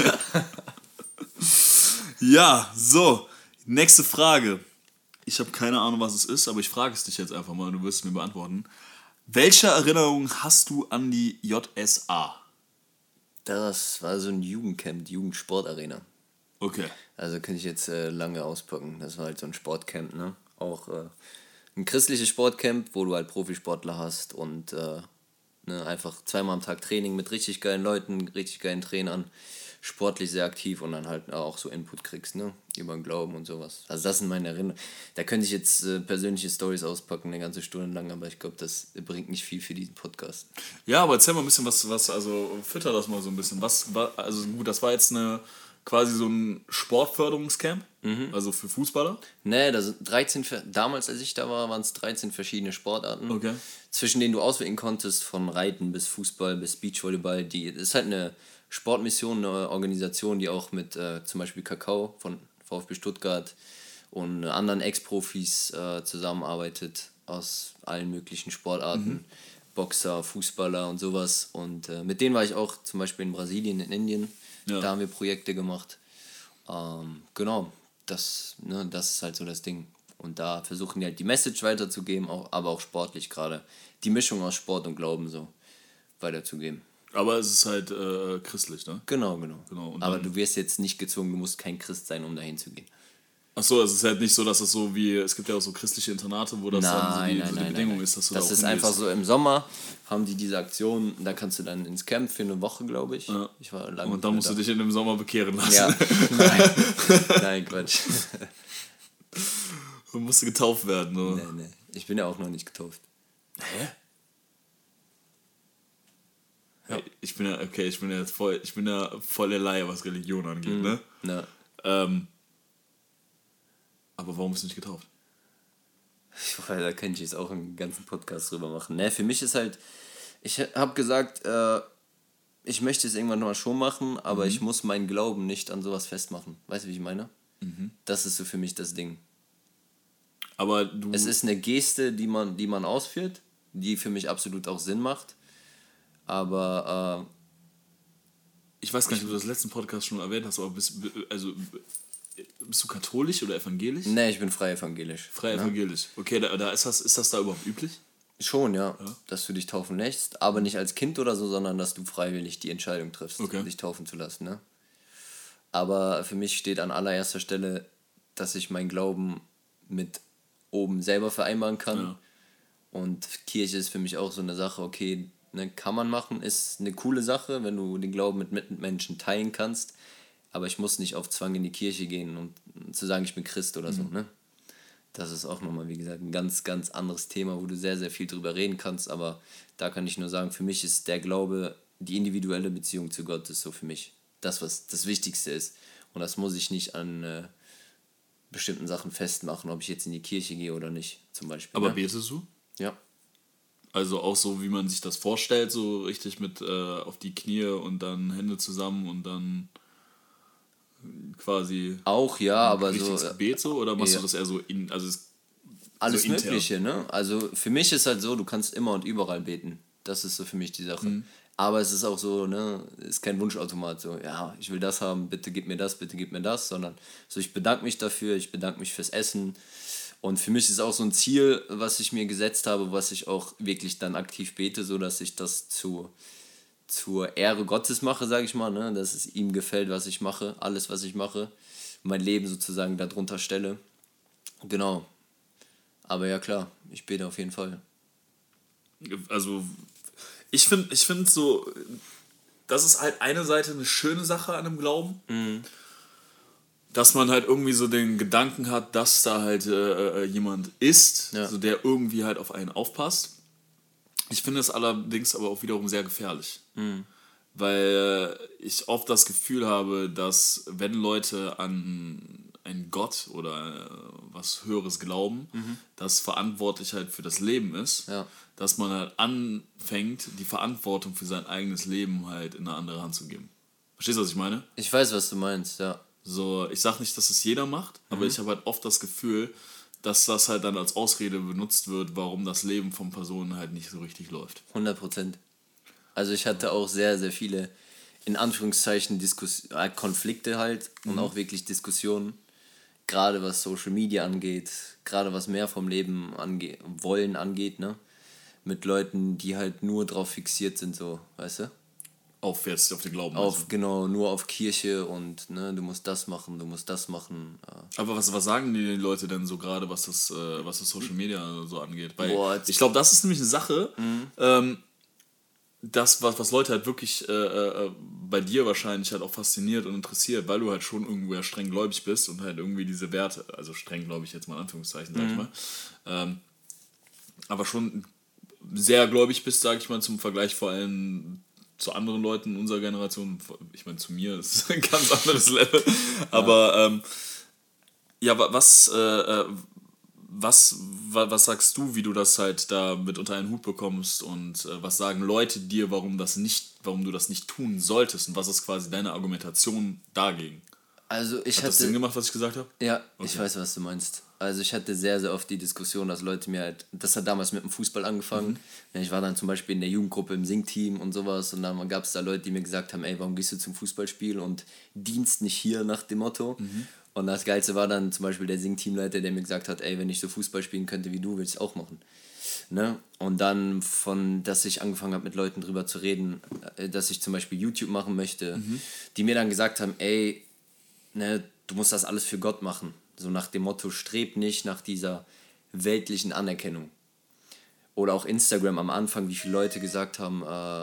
Ja, so, nächste Frage. Ich habe keine Ahnung, was es ist, aber ich frage es dich jetzt einfach mal und du wirst es mir beantworten. Welche Erinnerung hast du an die JSA? Das war so ein Jugendcamp, die Jugendsportarena. Okay. Also kann ich jetzt lange auspacken. Das war halt so ein Sportcamp, ne? Auch ein christliches Sportcamp, wo du halt Profisportler hast und Ne? Einfach zweimal am Tag Training mit richtig geilen Leuten, richtig geilen Trainern, sportlich sehr aktiv und dann halt auch so Input kriegst, ne? Über den Glauben und sowas. Also das sind meine Erinnerungen. Da könnte ich jetzt persönliche Stories auspacken, eine ganze Stunde lang, aber ich glaube, das bringt nicht viel für diesen Podcast. Ja, aber erzähl mal ein bisschen also fütter das mal so ein bisschen. Also gut, das war jetzt quasi so ein Sportförderungscamp, also für Fußballer. Ne, das sind 13, damals als ich da war, waren es 13 verschiedene Sportarten, Okay. zwischen denen du auswählen konntest, von Reiten bis Fußball bis Beachvolleyball. Das ist halt eine Sportmission, eine Organisation, die auch mit zum Beispiel Kakao von VfB Stuttgart und anderen Ex-Profis zusammenarbeitet aus allen möglichen Sportarten. Boxer, Fußballer und sowas. Und mit denen war ich auch zum Beispiel in Brasilien, in Indien. Ja. Da haben wir Projekte gemacht. Genau, das ist halt so das Ding. Und da versuchen die halt die Message weiterzugeben, aber auch sportlich gerade. Die Mischung aus Sport und Glauben so weiterzugeben. Aber es ist halt christlich, ne? Genau. Und Aber dann- du wirst jetzt nicht gezwungen, du musst kein Christ sein, um dahin zu gehen. Achso, es ist halt nicht so, dass es so wie, es gibt ja auch so christliche Internate, wo das dann so die Bedingung ist, dass du da Das auch ist hingehst. einfach so, im Sommer haben die diese Aktion, da kannst du dann ins Camp für eine Woche, glaube ich. Ja. Ich war lange Und dann musst du dich in dem Sommer bekehren lassen. Ja, nein. Nein, Quatsch. Und musst du getauft werden, oder? Nee. Ich bin ja auch noch nicht getauft. Hä? Ja. Ich bin ja voll der Laie, was Religion angeht, ne? Ja. Aber warum bist du nicht getauft? Da könnte ich jetzt auch einen ganzen Podcast drüber machen. Ne, für mich ist halt, ich habe gesagt, ich möchte es irgendwann mal schon machen, aber ich muss meinen Glauben nicht an sowas festmachen. Weißt du, wie ich meine? Das ist so für mich das Ding. Aber du... Es ist eine Geste, die man ausführt, die für mich absolut auch Sinn macht. Aber Ich weiß gar nicht, ob du das letzten Podcast schon erwähnt hast, aber bist du katholisch oder evangelisch? ne, ich bin frei evangelisch. Frei evangelisch. Okay, da ist das da überhaupt üblich? Schon, ja, dass du dich taufen lässt, aber nicht als Kind oder so, sondern dass du freiwillig die Entscheidung triffst, dich taufen zu lassen. Ne? Aber für mich steht an allererster Stelle, dass ich meinen Glauben mit oben selber vereinbaren kann. Ja. Und Kirche ist für mich auch so eine Sache, okay, ne, kann man machen, ist eine coole Sache, wenn du den Glauben mit Mitmenschen teilen kannst. Aber ich muss nicht auf Zwang in die Kirche gehen und zu sagen, ich bin Christ oder so. Ne? Das ist auch nochmal, wie gesagt, ein ganz, ganz anderes Thema, wo du sehr, sehr viel drüber reden kannst. Aber da kann ich nur sagen, für mich ist der Glaube, die individuelle Beziehung zu Gott ist so für mich das, was das Wichtigste ist. Und das muss ich nicht an bestimmten Sachen festmachen, ob ich jetzt in die Kirche gehe oder nicht, zum Beispiel. Aber ne? betest du? Ja. Also auch so, wie man sich das vorstellt, so richtig mit auf die Knie und dann Hände zusammen und dann quasi Auch, ja, aber so... richtiges Gebet so? Oder machst ja. du das eher so Alles so intern? Mögliche, ne? Also für mich ist halt so, du kannst immer und überall beten. Das ist so für mich die Sache. Aber es ist auch so, ne, ist kein Wunschautomat, so, ja, ich will das haben, bitte gib mir das, sondern so, ich bedanke mich dafür, ich bedanke mich fürs Essen. Und für mich ist auch so ein Ziel, was ich mir gesetzt habe, was ich auch wirklich dann aktiv bete, so dass ich das zur Ehre Gottes mache, sage ich mal, ne, dass es ihm gefällt, was ich mache, alles, was ich mache, mein Leben sozusagen darunter stelle. Genau. Aber ja, klar, ich bete auf jeden Fall. Also ich find so, das ist halt eine Seite eine schöne Sache an dem Glauben, dass man halt irgendwie so den Gedanken hat, dass da halt jemand ist, Ja. so der irgendwie halt auf einen aufpasst. Ich finde es allerdings aber auch wiederum sehr gefährlich, weil ich oft das Gefühl habe, dass wenn Leute an einen Gott oder was Höheres glauben, das verantwortlich halt für das Leben ist, Ja. dass man halt anfängt, die Verantwortung für sein eigenes Leben halt in eine andere Hand zu geben. Verstehst du, was ich meine? Ich weiß, was du meinst, ja. So, ich sag nicht, dass es jeder macht, aber ich habe halt oft das Gefühl, dass das halt dann als Ausrede benutzt wird, warum das Leben von Personen halt nicht so richtig läuft. 100%. Also ich hatte auch sehr, sehr viele, in Anführungszeichen, Konflikte halt und auch wirklich Diskussionen, gerade was Social Media angeht, gerade was mehr vom Leben angeht, ne? Mit Leuten, die halt nur drauf fixiert sind, so, weißt du? Auf den Glauben. Genau, nur auf Kirche und, ne, du musst das machen. Aber was sagen die Leute denn so gerade, was das Social Media so angeht? Weil Boah, ich glaube, das ist nämlich eine Sache. das, was Leute halt wirklich bei dir wahrscheinlich halt auch fasziniert und interessiert, weil du halt schon irgendwo ja streng gläubig bist und halt irgendwie diese Werte, also streng gläubig jetzt mal in Anführungszeichen, sag ich mal, aber schon sehr gläubig bist, sag ich mal, zum Vergleich vor allem zu anderen Leuten unserer Generation. Ich meine, zu mir ist es ein ganz anderes Level, aber ja, was sagst du, wie du das halt da mit unter einen Hut bekommst und was sagen Leute dir, warum du das nicht tun solltest und was ist quasi deine Argumentation dagegen? Also ich Hat das Sinn gemacht, was ich gesagt habe? Ja, Okay. ich weiß, was du meinst. Also ich hatte sehr, sehr oft die Diskussion, dass Leute mir halt, das hat damals mit dem Fußball angefangen. Ja, ich war dann zum Beispiel in der Jugendgruppe im Singteam und sowas und dann gab es da Leute, die mir gesagt haben, ey, warum gehst du zum Fußballspiel und dienst nicht hier nach dem Motto? Und das Geilste war dann zum Beispiel der Singteamleiter, der mir gesagt hat, ey, wenn ich so Fußball spielen könnte wie du, würde ich es auch machen. Ne? Und dann dass ich angefangen habe mit Leuten drüber zu reden, dass ich zum Beispiel YouTube machen möchte, die mir dann gesagt haben, ey, ne, du musst das alles für Gott machen. So nach dem Motto, streb nicht nach dieser weltlichen Anerkennung. Oder auch Instagram am Anfang, wie viele Leute gesagt haben,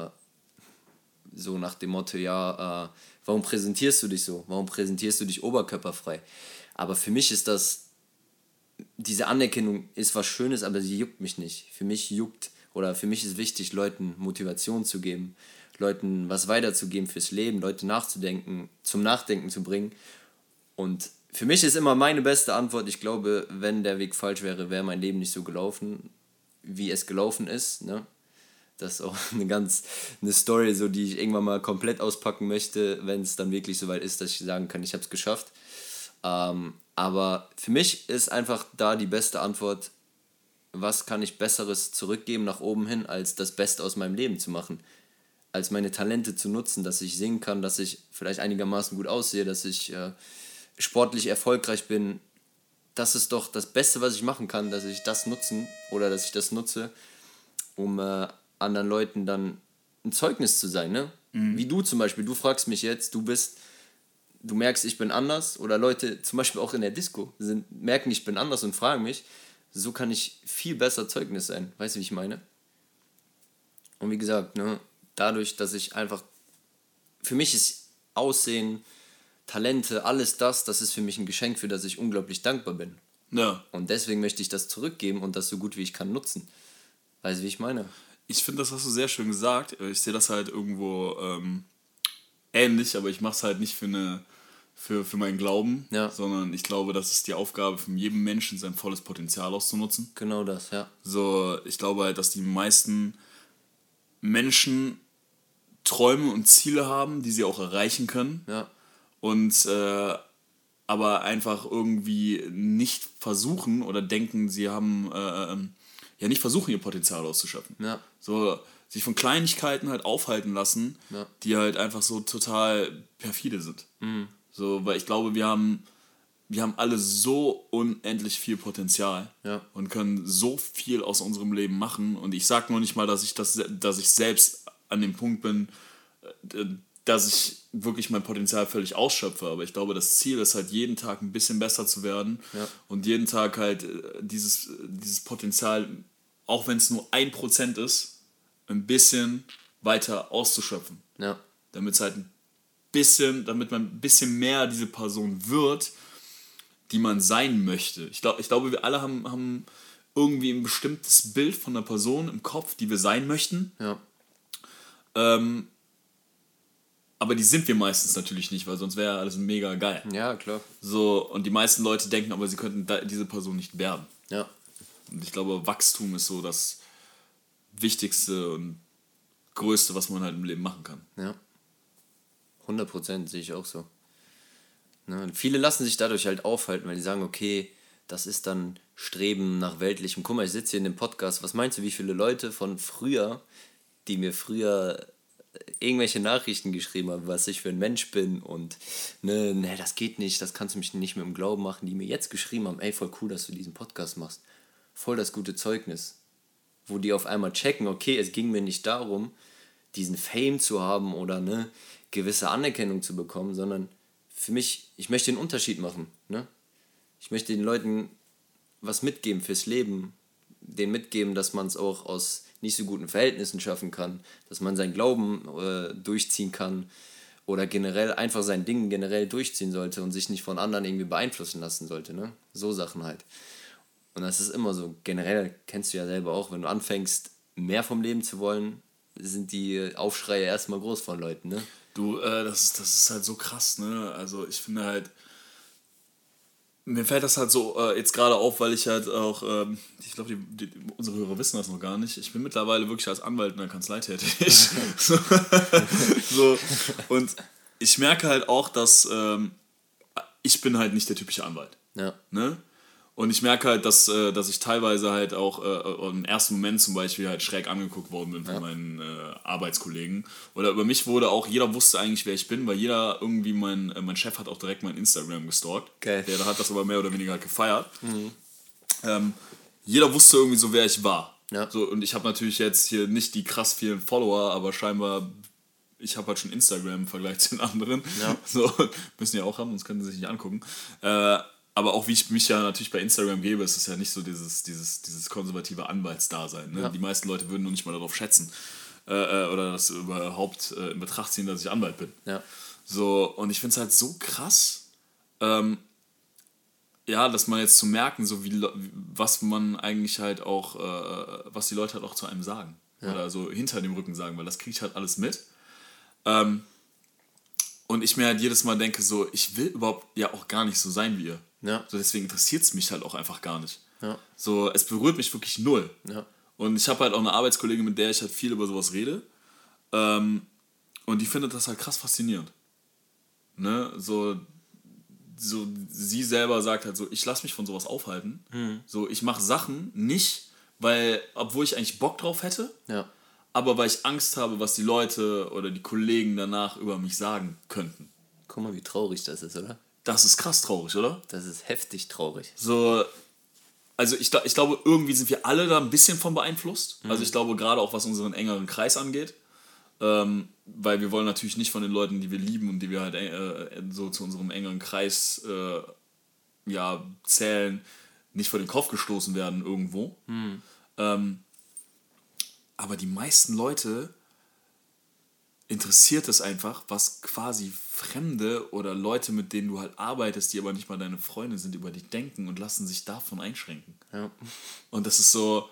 so nach dem Motto, ja, warum präsentierst du dich so? Warum präsentierst du dich oberkörperfrei? Aber für mich ist diese Anerkennung ist was Schönes, aber sie juckt mich nicht. Für mich ist wichtig, Leuten Motivation zu geben, Leuten was weiterzugeben fürs Leben, Leute zum Nachdenken zu bringen. Und für mich ist immer meine beste Antwort, ich glaube, wenn der Weg falsch wäre, wäre mein Leben nicht so gelaufen, wie es gelaufen ist. Ne? Das ist auch eine Story, so, die ich irgendwann mal komplett auspacken möchte, wenn es dann wirklich soweit ist, dass ich sagen kann, ich habe es geschafft. Aber für mich ist einfach da die beste Antwort, was kann ich Besseres zurückgeben nach oben hin, als das Beste aus meinem Leben zu machen. Als meine Talente zu nutzen, dass ich singen kann, dass ich vielleicht einigermaßen gut aussehe, dass ich sportlich erfolgreich bin. Das ist doch das Beste, was ich machen kann, dass ich das nutze, um anderen Leuten dann ein Zeugnis zu sein. Ne? Wie du zum Beispiel, du fragst mich jetzt, du merkst, ich bin anders, oder Leute zum Beispiel auch in der Disco merken, ich bin anders und fragen mich, so kann ich viel besser Zeugnis sein. Weißt du, wie ich meine? Und wie gesagt, ne, dadurch, dass ich einfach, für mich ist Aussehen, Talente, alles das ist für mich ein Geschenk, für das ich unglaublich dankbar bin. Ja. Und deswegen möchte ich das zurückgeben und das so gut wie ich kann nutzen. Weißt du, wie ich meine? Ich finde, das hast du sehr schön gesagt. Ich sehe das halt irgendwo ähnlich, aber ich mache es halt nicht für meinen Glauben, sondern ich glaube, das ist die Aufgabe von jedem Menschen, sein volles Potenzial auszunutzen. Genau das, ja. So, ich glaube halt, dass die meisten Menschen Träume und Ziele haben, die sie auch erreichen können. Ja. Und aber einfach irgendwie nicht versuchen oder denken, sie haben nicht versuchen, ihr Potenzial auszuschöpfen. Ja. So, sich von Kleinigkeiten halt aufhalten lassen, die halt einfach so total perfide sind. So, weil ich glaube, wir haben alle so unendlich viel Potenzial und können so viel aus unserem Leben machen. Und ich sage noch nicht mal, dass ich selbst an dem Punkt bin, dass ich wirklich mein Potenzial völlig ausschöpfe. Aber ich glaube, das Ziel ist halt, jeden Tag ein bisschen besser zu werden und jeden Tag halt dieses Potenzial, auch wenn es nur 1% ist, ein bisschen weiter auszuschöpfen. Ja. Damit man ein bisschen mehr diese Person wird, die man sein möchte. Ich glaube, wir alle haben irgendwie ein bestimmtes Bild von einer Person im Kopf, die wir sein möchten. Ja. Aber die sind wir meistens natürlich nicht, weil sonst wäre alles mega geil. Ja, klar. So, und die meisten Leute denken aber, sie könnten diese Person nicht werden. Ja. Und ich glaube, Wachstum ist so das Wichtigste und Größte, was man halt im Leben machen kann. Ja. 100% sehe ich auch so. Ne? Und viele lassen sich dadurch halt aufhalten, weil die sagen, okay, das ist dann Streben nach Weltlichem. Guck mal, ich sitze hier in dem Podcast, was meinst du, wie viele Leute von früher, die mir früher irgendwelche Nachrichten geschrieben haben, was ich für ein Mensch bin und ne, das geht nicht, das kannst du mich nicht mehr im Glauben machen, die mir jetzt geschrieben haben, ey, voll cool, dass du diesen Podcast machst. Voll das gute Zeugnis. Wo die auf einmal checken, okay, es ging mir nicht darum, diesen Fame zu haben oder eine gewisse Anerkennung zu bekommen, sondern für mich, ich möchte den Unterschied machen. Ne? Ich möchte den Leuten was mitgeben fürs Leben, denen mitgeben, dass man es auch aus nicht so guten Verhältnissen schaffen kann, dass man seinen Glauben durchziehen kann oder generell einfach sein Ding generell durchziehen sollte und sich nicht von anderen irgendwie beeinflussen lassen sollte, ne? So Sachen halt. Und das ist immer so, generell kennst du ja selber auch, wenn du anfängst, mehr vom Leben zu wollen, sind die Aufschreie erstmal groß von Leuten, ne? Du, das ist halt so krass, ne? Also ich finde halt, mir fällt das halt so jetzt gerade auf, weil ich halt auch, ich glaube, unsere Hörer wissen das noch gar nicht, ich bin mittlerweile wirklich als Anwalt in der Kanzlei tätig. so, und ich merke halt auch, dass ich bin halt nicht der typische Anwalt. Ja. Ne? Und ich merke halt, dass ich teilweise halt auch im ersten Moment zum Beispiel halt schräg angeguckt worden bin von meinen Arbeitskollegen. Oder über mich wurde auch, jeder wusste eigentlich, wer ich bin, weil jeder irgendwie, mein Chef hat auch direkt mein Instagram gestalkt. Okay. Der hat das aber mehr oder weniger halt gefeiert. Jeder wusste irgendwie so, wer ich war. Ja. So, und ich habe natürlich jetzt hier nicht die krass vielen Follower, aber scheinbar, ich habe halt schon Instagram im Vergleich zu den anderen. Ja. So, müssen die auch haben, sonst können sie sich nicht angucken. Aber auch wie ich mich ja natürlich bei Instagram gebe, ist es ja nicht so dieses konservative Anwaltsdasein. Ne? Ja. Die meisten Leute würden nur nicht mal darauf schätzen oder das überhaupt in Betracht ziehen, dass ich Anwalt bin. Ja. So, und ich finde es halt so krass, dass man jetzt zu merken, so was man eigentlich halt auch, was die Leute halt auch zu einem sagen. Ja. Oder so hinter dem Rücken sagen, weil das kriege ich halt alles mit. Und ich mir halt jedes Mal denke, so, ich will überhaupt ja auch gar nicht so sein wie ihr. Ja. So, deswegen interessiert es mich halt auch einfach gar nicht. Ja. So, es berührt mich wirklich null. Ja. Und ich habe halt auch eine Arbeitskollegin, mit der ich halt viel über sowas rede. Und die findet das halt krass faszinierend. Ne? So sie selber sagt halt so, ich lasse mich von sowas aufhalten. So, ich mache Sachen nicht, obwohl ich eigentlich Bock drauf hätte, aber weil ich Angst habe, was die Leute oder die Kollegen danach über mich sagen könnten. Guck mal, wie traurig das ist, oder? Das ist krass traurig, oder? Das ist heftig traurig. So, also ich glaube, irgendwie sind wir alle da ein bisschen von beeinflusst. Also ich glaube, gerade auch was unseren engeren Kreis angeht. Weil wir wollen natürlich nicht von den Leuten, die wir lieben und die wir halt so zu unserem engeren Kreis zählen, nicht vor den Kopf gestoßen werden irgendwo. Aber die meisten Leute interessiert es einfach, was quasi Fremde oder Leute, mit denen du halt arbeitest, die aber nicht mal deine Freunde sind, über dich denken und lassen sich davon einschränken. Ja. Und das ist so,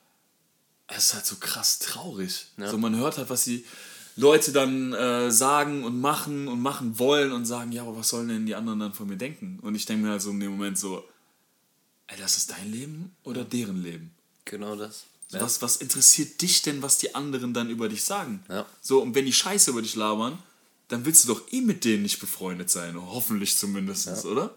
es ist halt so krass traurig. Ja. So, man hört halt, was die Leute dann sagen und machen wollen und sagen, ja, aber was sollen denn die anderen dann von mir denken? Und ich denke mir halt so in dem Moment so, ey, das ist dein Leben oder deren Leben? Genau das. Ja. Was interessiert dich denn, was die anderen dann über dich sagen? Ja. So, und wenn die Scheiße über dich labern, dann willst du doch mit denen nicht befreundet sein. Hoffentlich zumindest, oder?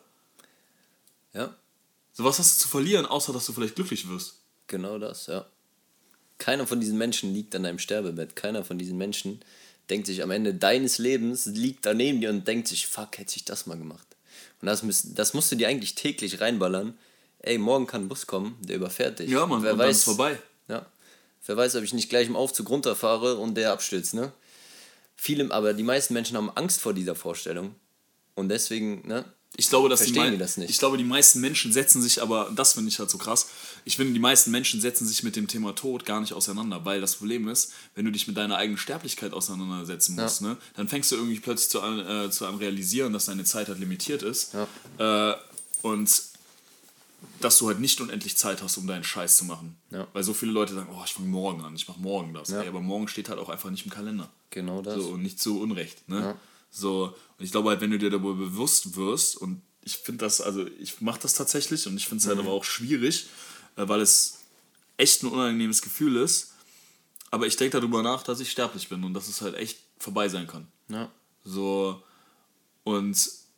Ja. So, was hast du zu verlieren, außer dass du vielleicht glücklich wirst? Genau das, ja. Keiner von diesen Menschen liegt an deinem Sterbebett. Keiner von diesen Menschen denkt sich am Ende deines Lebens, liegt daneben dir und denkt sich, fuck, hätte ich das mal gemacht. Und das musst du dir eigentlich täglich reinballern. Ey, morgen kann ein Bus kommen, der überfährt dich. Ja, Mann, und dann ist vorbei. Ja. Wer weiß, ob ich nicht gleich im Aufzug runterfahre und der abstürzt, ne? Aber die meisten Menschen haben Angst vor dieser Vorstellung. Und deswegen, ne? Ich glaube, verstehen die das nicht. Ich glaube, die meisten Menschen setzen sich, aber das finde ich halt so krass, ich finde, die meisten Menschen setzen sich mit dem Thema Tod gar nicht auseinander, weil das Problem ist, wenn du dich mit deiner eigenen Sterblichkeit auseinandersetzen musst, ne, dann fängst du irgendwie plötzlich zu an realisieren, dass deine Zeit halt limitiert ist und dass du halt nicht unendlich Zeit hast, um deinen Scheiß zu machen. Ja. Weil so viele Leute sagen, oh, ich fange morgen an, ich mache morgen das. Ja. Ey, aber morgen steht halt auch einfach nicht im Kalender. Genau das. So, und nicht zu Unrecht. Ne? Ja. So, und ich glaube halt, wenn du dir darüber bewusst wirst, und ich finde das, also ich mache das tatsächlich und ich finde es halt aber auch schwierig, weil es echt ein unangenehmes Gefühl ist, aber ich denke darüber nach, dass ich sterblich bin und dass es halt echt vorbei sein kann. Ja. So, und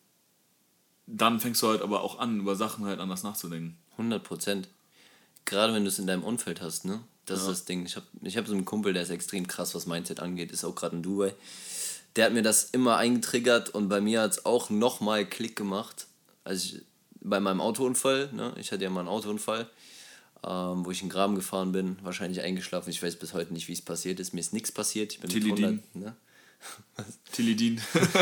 dann fängst du halt aber auch an, über Sachen halt anders nachzudenken. 100%. Gerade wenn du es in deinem Umfeld hast, ne? Das ist das Ding. Ich hab so einen Kumpel, der ist extrem krass, was Mindset angeht, ist auch gerade in Dubai. Der hat mir das immer eingetriggert und bei mir hat es auch nochmal Klick gemacht. Also bei meinem Autounfall, ne? Ich hatte ja mal einen Autounfall, wo ich in den Graben gefahren bin, wahrscheinlich eingeschlafen. Ich weiß bis heute nicht, wie es passiert ist. Mir ist nichts passiert. Ich bin Tilidin. Tilidin.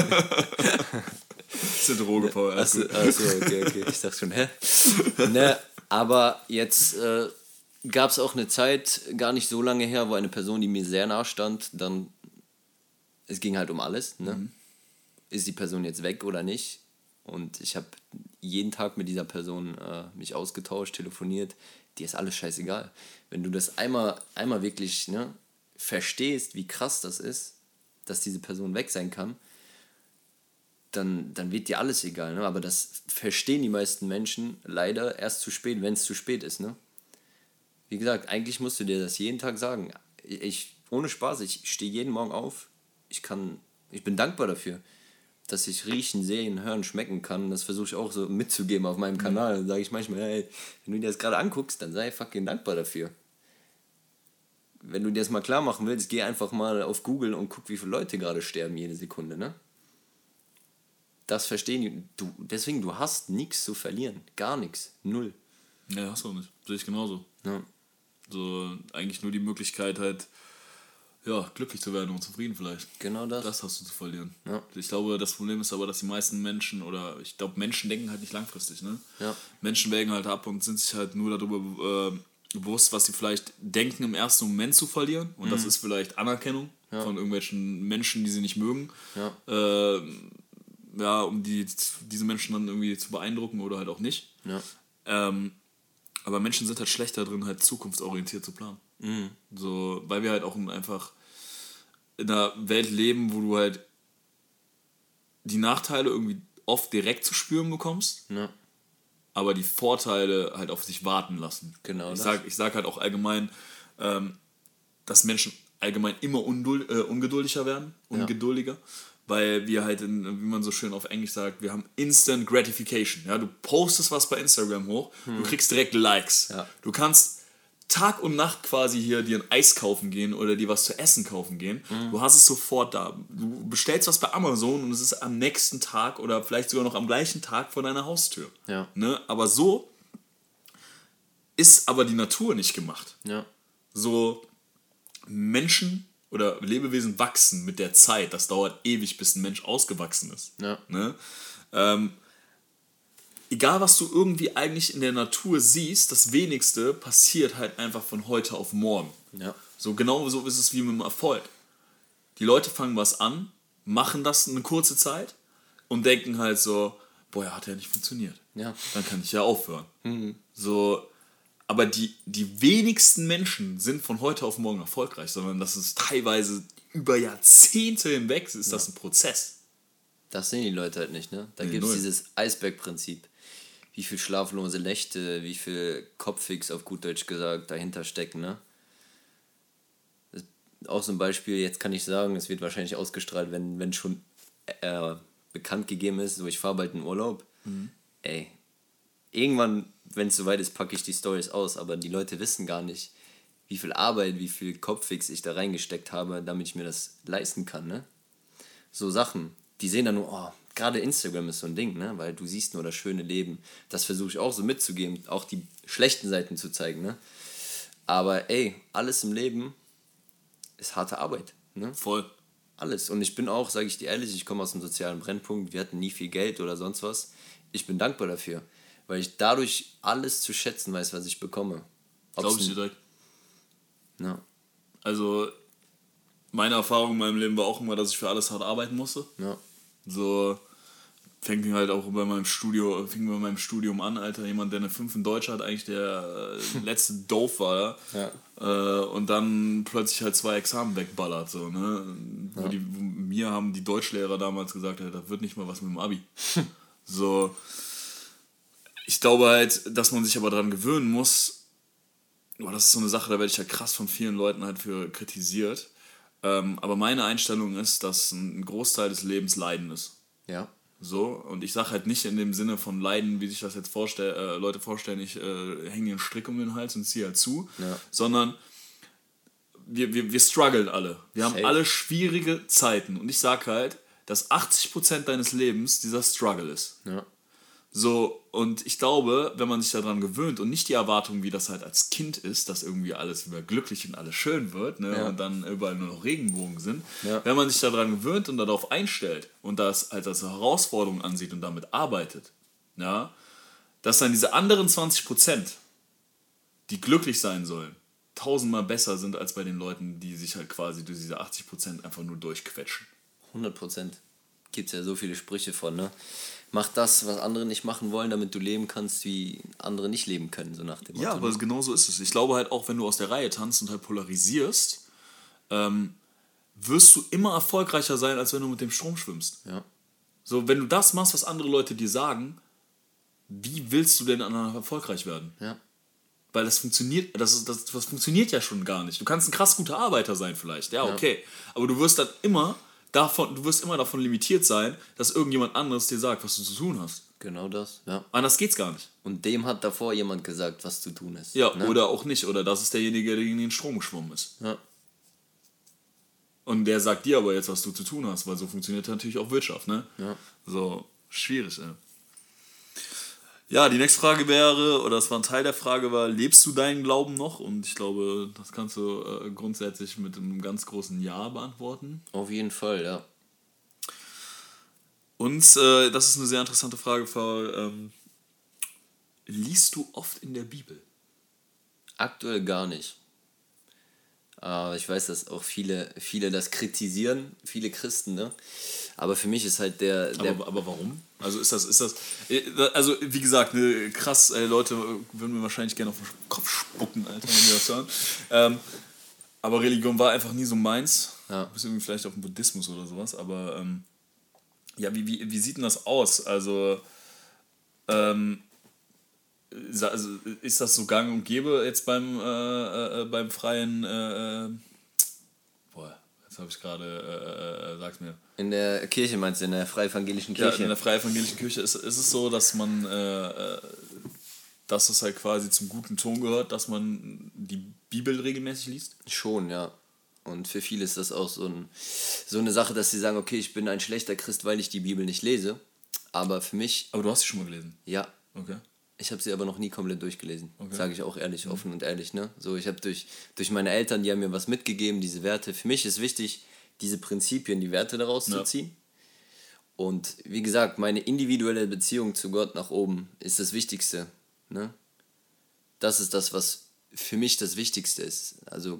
Das ist eine Droge, Paul. Achso, okay. Ich dachte schon, hä? Ne, aber jetzt gab es auch eine Zeit, gar nicht so lange her, wo eine Person, die mir sehr nah stand, dann, es ging halt um alles, ne? Ist die Person jetzt weg oder nicht? Und ich habe jeden Tag mit dieser Person mich ausgetauscht, telefoniert. Dir ist alles scheißegal. Wenn du das einmal wirklich, ne, verstehst, wie krass das ist, dass diese Person weg sein kann, dann wird dir alles egal. Ne? Aber das verstehen die meisten Menschen leider erst zu spät, wenn es zu spät ist. Ne? Wie gesagt, eigentlich musst du dir das jeden Tag sagen. Ohne Spaß, ich stehe jeden Morgen auf. Ich bin dankbar dafür, dass ich riechen, sehen, hören, schmecken kann. Das versuche ich auch so mitzugeben auf meinem Kanal. Dann sage ich manchmal, hey, wenn du dir das gerade anguckst, dann sei fucking dankbar dafür. Wenn du dir das mal klar machen willst, geh einfach mal auf Google und guck, wie viele Leute gerade sterben jede Sekunde, ne? Das verstehen die. Deswegen, du hast nichts zu verlieren. Gar nichts. Null. Ja, hast du auch nicht. Sehe ich genauso. Ja. So, eigentlich nur die Möglichkeit halt, ja, glücklich zu werden und zufrieden vielleicht. Genau das. Das hast du zu verlieren. Ja. Ich glaube, das Problem ist aber, dass die meisten Menschen, Menschen denken halt nicht langfristig, ne? Ja. Menschen wägen halt ab und sind sich halt nur darüber bewusst, was sie vielleicht denken im ersten Moment zu verlieren. Und das ist vielleicht Anerkennung von irgendwelchen Menschen, die sie nicht mögen. Ja. Um diese Menschen dann irgendwie zu beeindrucken oder halt auch nicht. Ja. Aber Menschen sind halt schlechter drin, halt zukunftsorientiert zu planen. So, weil wir halt auch einfach in einer Welt leben, wo du halt die Nachteile irgendwie oft direkt zu spüren bekommst, aber die Vorteile halt auf sich warten lassen. Genau. Ich sag halt auch allgemein, dass Menschen allgemein immer ungeduldiger werden, ungeduldiger, weil wir halt, wie man so schön auf Englisch sagt, wir haben Instant Gratification. Ja? Du postest was bei Instagram hoch, du kriegst direkt Likes. Ja. Du kannst Tag und Nacht quasi hier dir ein Eis kaufen gehen oder dir was zu essen kaufen gehen. Du hast es sofort da. Du bestellst was bei Amazon und es ist am nächsten Tag oder vielleicht sogar noch am gleichen Tag vor deiner Haustür. Ja. Ne? Aber so ist aber die Natur nicht gemacht. Ja. So Menschen oder Lebewesen wachsen mit der Zeit. Das dauert ewig, bis ein Mensch ausgewachsen ist. Ja. Ne? Egal, was du irgendwie eigentlich in der Natur siehst, das Wenigste passiert halt einfach von heute auf morgen. Ja. So genau so ist es wie mit dem Erfolg. Die Leute fangen was an, machen das eine kurze Zeit und denken halt so, boah, ja, hat ja nicht funktioniert. Ja. Dann kann ich ja aufhören. So, aber die wenigsten Menschen sind von heute auf morgen erfolgreich, sondern das ist teilweise über Jahrzehnte hinweg, ist das ein Prozess. Das sehen die Leute halt nicht, ne? Da gibt es dieses Eisbergprinzip. Wie viel schlaflose Nächte, wie viel Kopfix auf gut Deutsch gesagt dahinter stecken, ne? Das ist auch so ein Beispiel, jetzt kann ich sagen, es wird wahrscheinlich ausgestrahlt, wenn schon bekannt gegeben ist, so ich fahre bald in Urlaub. Ey, irgendwann, wenn es soweit ist, packe ich die Storys aus, aber die Leute wissen gar nicht, wie viel Arbeit, wie viel Kopfix ich da reingesteckt habe, damit ich mir das leisten kann, ne? So Sachen, die sehen dann nur, oh, gerade Instagram ist so ein Ding, ne? Weil du siehst nur das schöne Leben. Das versuche ich auch so mitzugeben, auch die schlechten Seiten zu zeigen, ne? Aber ey, alles im Leben ist harte Arbeit, ne? Voll. Alles. Und ich bin auch, sage ich dir ehrlich, ich komme aus einem sozialen Brennpunkt, wir hatten nie viel Geld oder sonst was. Ich bin dankbar dafür, weil ich dadurch alles zu schätzen weiß, was ich bekomme. Glaube ich dir direkt. Ja. Also, meine Erfahrung in meinem Leben war auch immer, dass ich für alles hart arbeiten musste. Ja. So fing halt auch bei meinem Studium an, Alter. Jemand, der eine 5 in Deutsch hat, eigentlich der letzte Doof war. Ja. Und dann plötzlich halt 2 Examen wegballert. So, ne? Mir haben die Deutschlehrer damals gesagt, Alter, das wird nicht mal was mit dem Abi. So, ich glaube halt, dass man sich aber daran gewöhnen muss. Boah, das ist so eine Sache, da werde ich ja krass von vielen Leuten halt für kritisiert. Aber meine Einstellung ist, dass ein Großteil des Lebens Leiden ist. Ja. So, und ich sage halt nicht in dem Sinne von Leiden, wie sich das jetzt Leute vorstellen, ich hänge einen Strick um den Hals und ziehe halt zu, sondern wir strugglen alle. Wir haben alle schwierige Zeiten. Und ich sage halt, dass 80% deines Lebens dieser Struggle ist. Ja. So, und ich glaube, wenn man sich daran gewöhnt und nicht die Erwartung, wie das halt als Kind ist, dass irgendwie alles über glücklich und alles schön wird, ne, und dann überall nur noch Regenbogen sind, wenn man sich daran gewöhnt und darauf einstellt und das als Herausforderung ansieht und damit arbeitet, ja, dass dann diese anderen 20% die glücklich sein sollen, tausendmal besser sind als bei den Leuten, die sich halt quasi durch diese 80% einfach nur durchquetschen. 100%. Gibt es ja so viele Sprüche von, ne? Mach das, was andere nicht machen wollen, damit du leben kannst, wie andere nicht leben können, so nach dem Motto. Ja, aber genau so ist es. Ich glaube halt auch, wenn du aus der Reihe tanzt und halt polarisierst, wirst du immer erfolgreicher sein, als wenn du mit dem Strom schwimmst. Ja. So, wenn du das machst, was andere Leute dir sagen, wie willst du denn danach erfolgreich werden? Ja. Weil das funktioniert, das funktioniert ja schon gar nicht. Du kannst ein krass guter Arbeiter sein vielleicht, ja, okay. Aber du wirst immer davon limitiert sein, dass irgendjemand anderes dir sagt, was du zu tun hast. Genau das, ja. Anders geht's gar nicht. Und dem hat davor jemand gesagt, was zu tun ist. Ja, ne? oder auch nicht. Oder das ist derjenige, der gegen den Strom geschwommen ist. Ja. Und der sagt dir aber jetzt, was du zu tun hast, weil so funktioniert natürlich auch Wirtschaft, ne? Ja. So, schwierig, ey. Ja, die nächste Frage wäre, oder das war ein Teil der Frage, war, lebst du deinen Glauben noch? Und ich glaube, das kannst du grundsätzlich mit einem ganz großen Ja beantworten. Auf jeden Fall, ja. Und das ist eine sehr interessante Frage, Paul. Liest du oft in der Bibel? Aktuell gar nicht. Aber ich weiß, dass auch viele das kritisieren, viele Christen, ne? Aber für mich ist halt Aber warum? Also ist das, also wie gesagt, ne, krass, Leute würden mir wahrscheinlich gerne auf den Kopf spucken, Alter, wenn die das hören. Aber Religion war einfach nie so meins. Ja. Bis irgendwie vielleicht auf den Buddhismus oder sowas, aber ja, wie sieht denn das aus? Also ist das so gang und gäbe jetzt beim freien jetzt habe ich gerade sag's mir. In der Kirche meinst du, in der freievangelischen Kirche? Ja, in der freievangelischen Kirche ist es so, dass man dass es halt quasi zum guten Ton gehört, dass man die Bibel regelmäßig liest? Schon, ja. Und für viele ist das auch so eine Sache, dass sie sagen, okay, ich bin ein schlechter Christ, weil ich die Bibel nicht lese. Aber für mich... Aber du hast sie schon mal gelesen? Ja. Okay. Ich habe sie aber noch nie komplett durchgelesen. Okay. Sage ich auch ehrlich, offen und ehrlich. Ne? So, ich habe durch meine Eltern, die haben mir was mitgegeben, diese Werte. Für mich ist wichtig, diese Prinzipien, die Werte daraus zu ziehen. Und wie gesagt, meine individuelle Beziehung zu Gott nach oben ist das Wichtigste. Ne? Das ist das, was für mich das Wichtigste ist. Also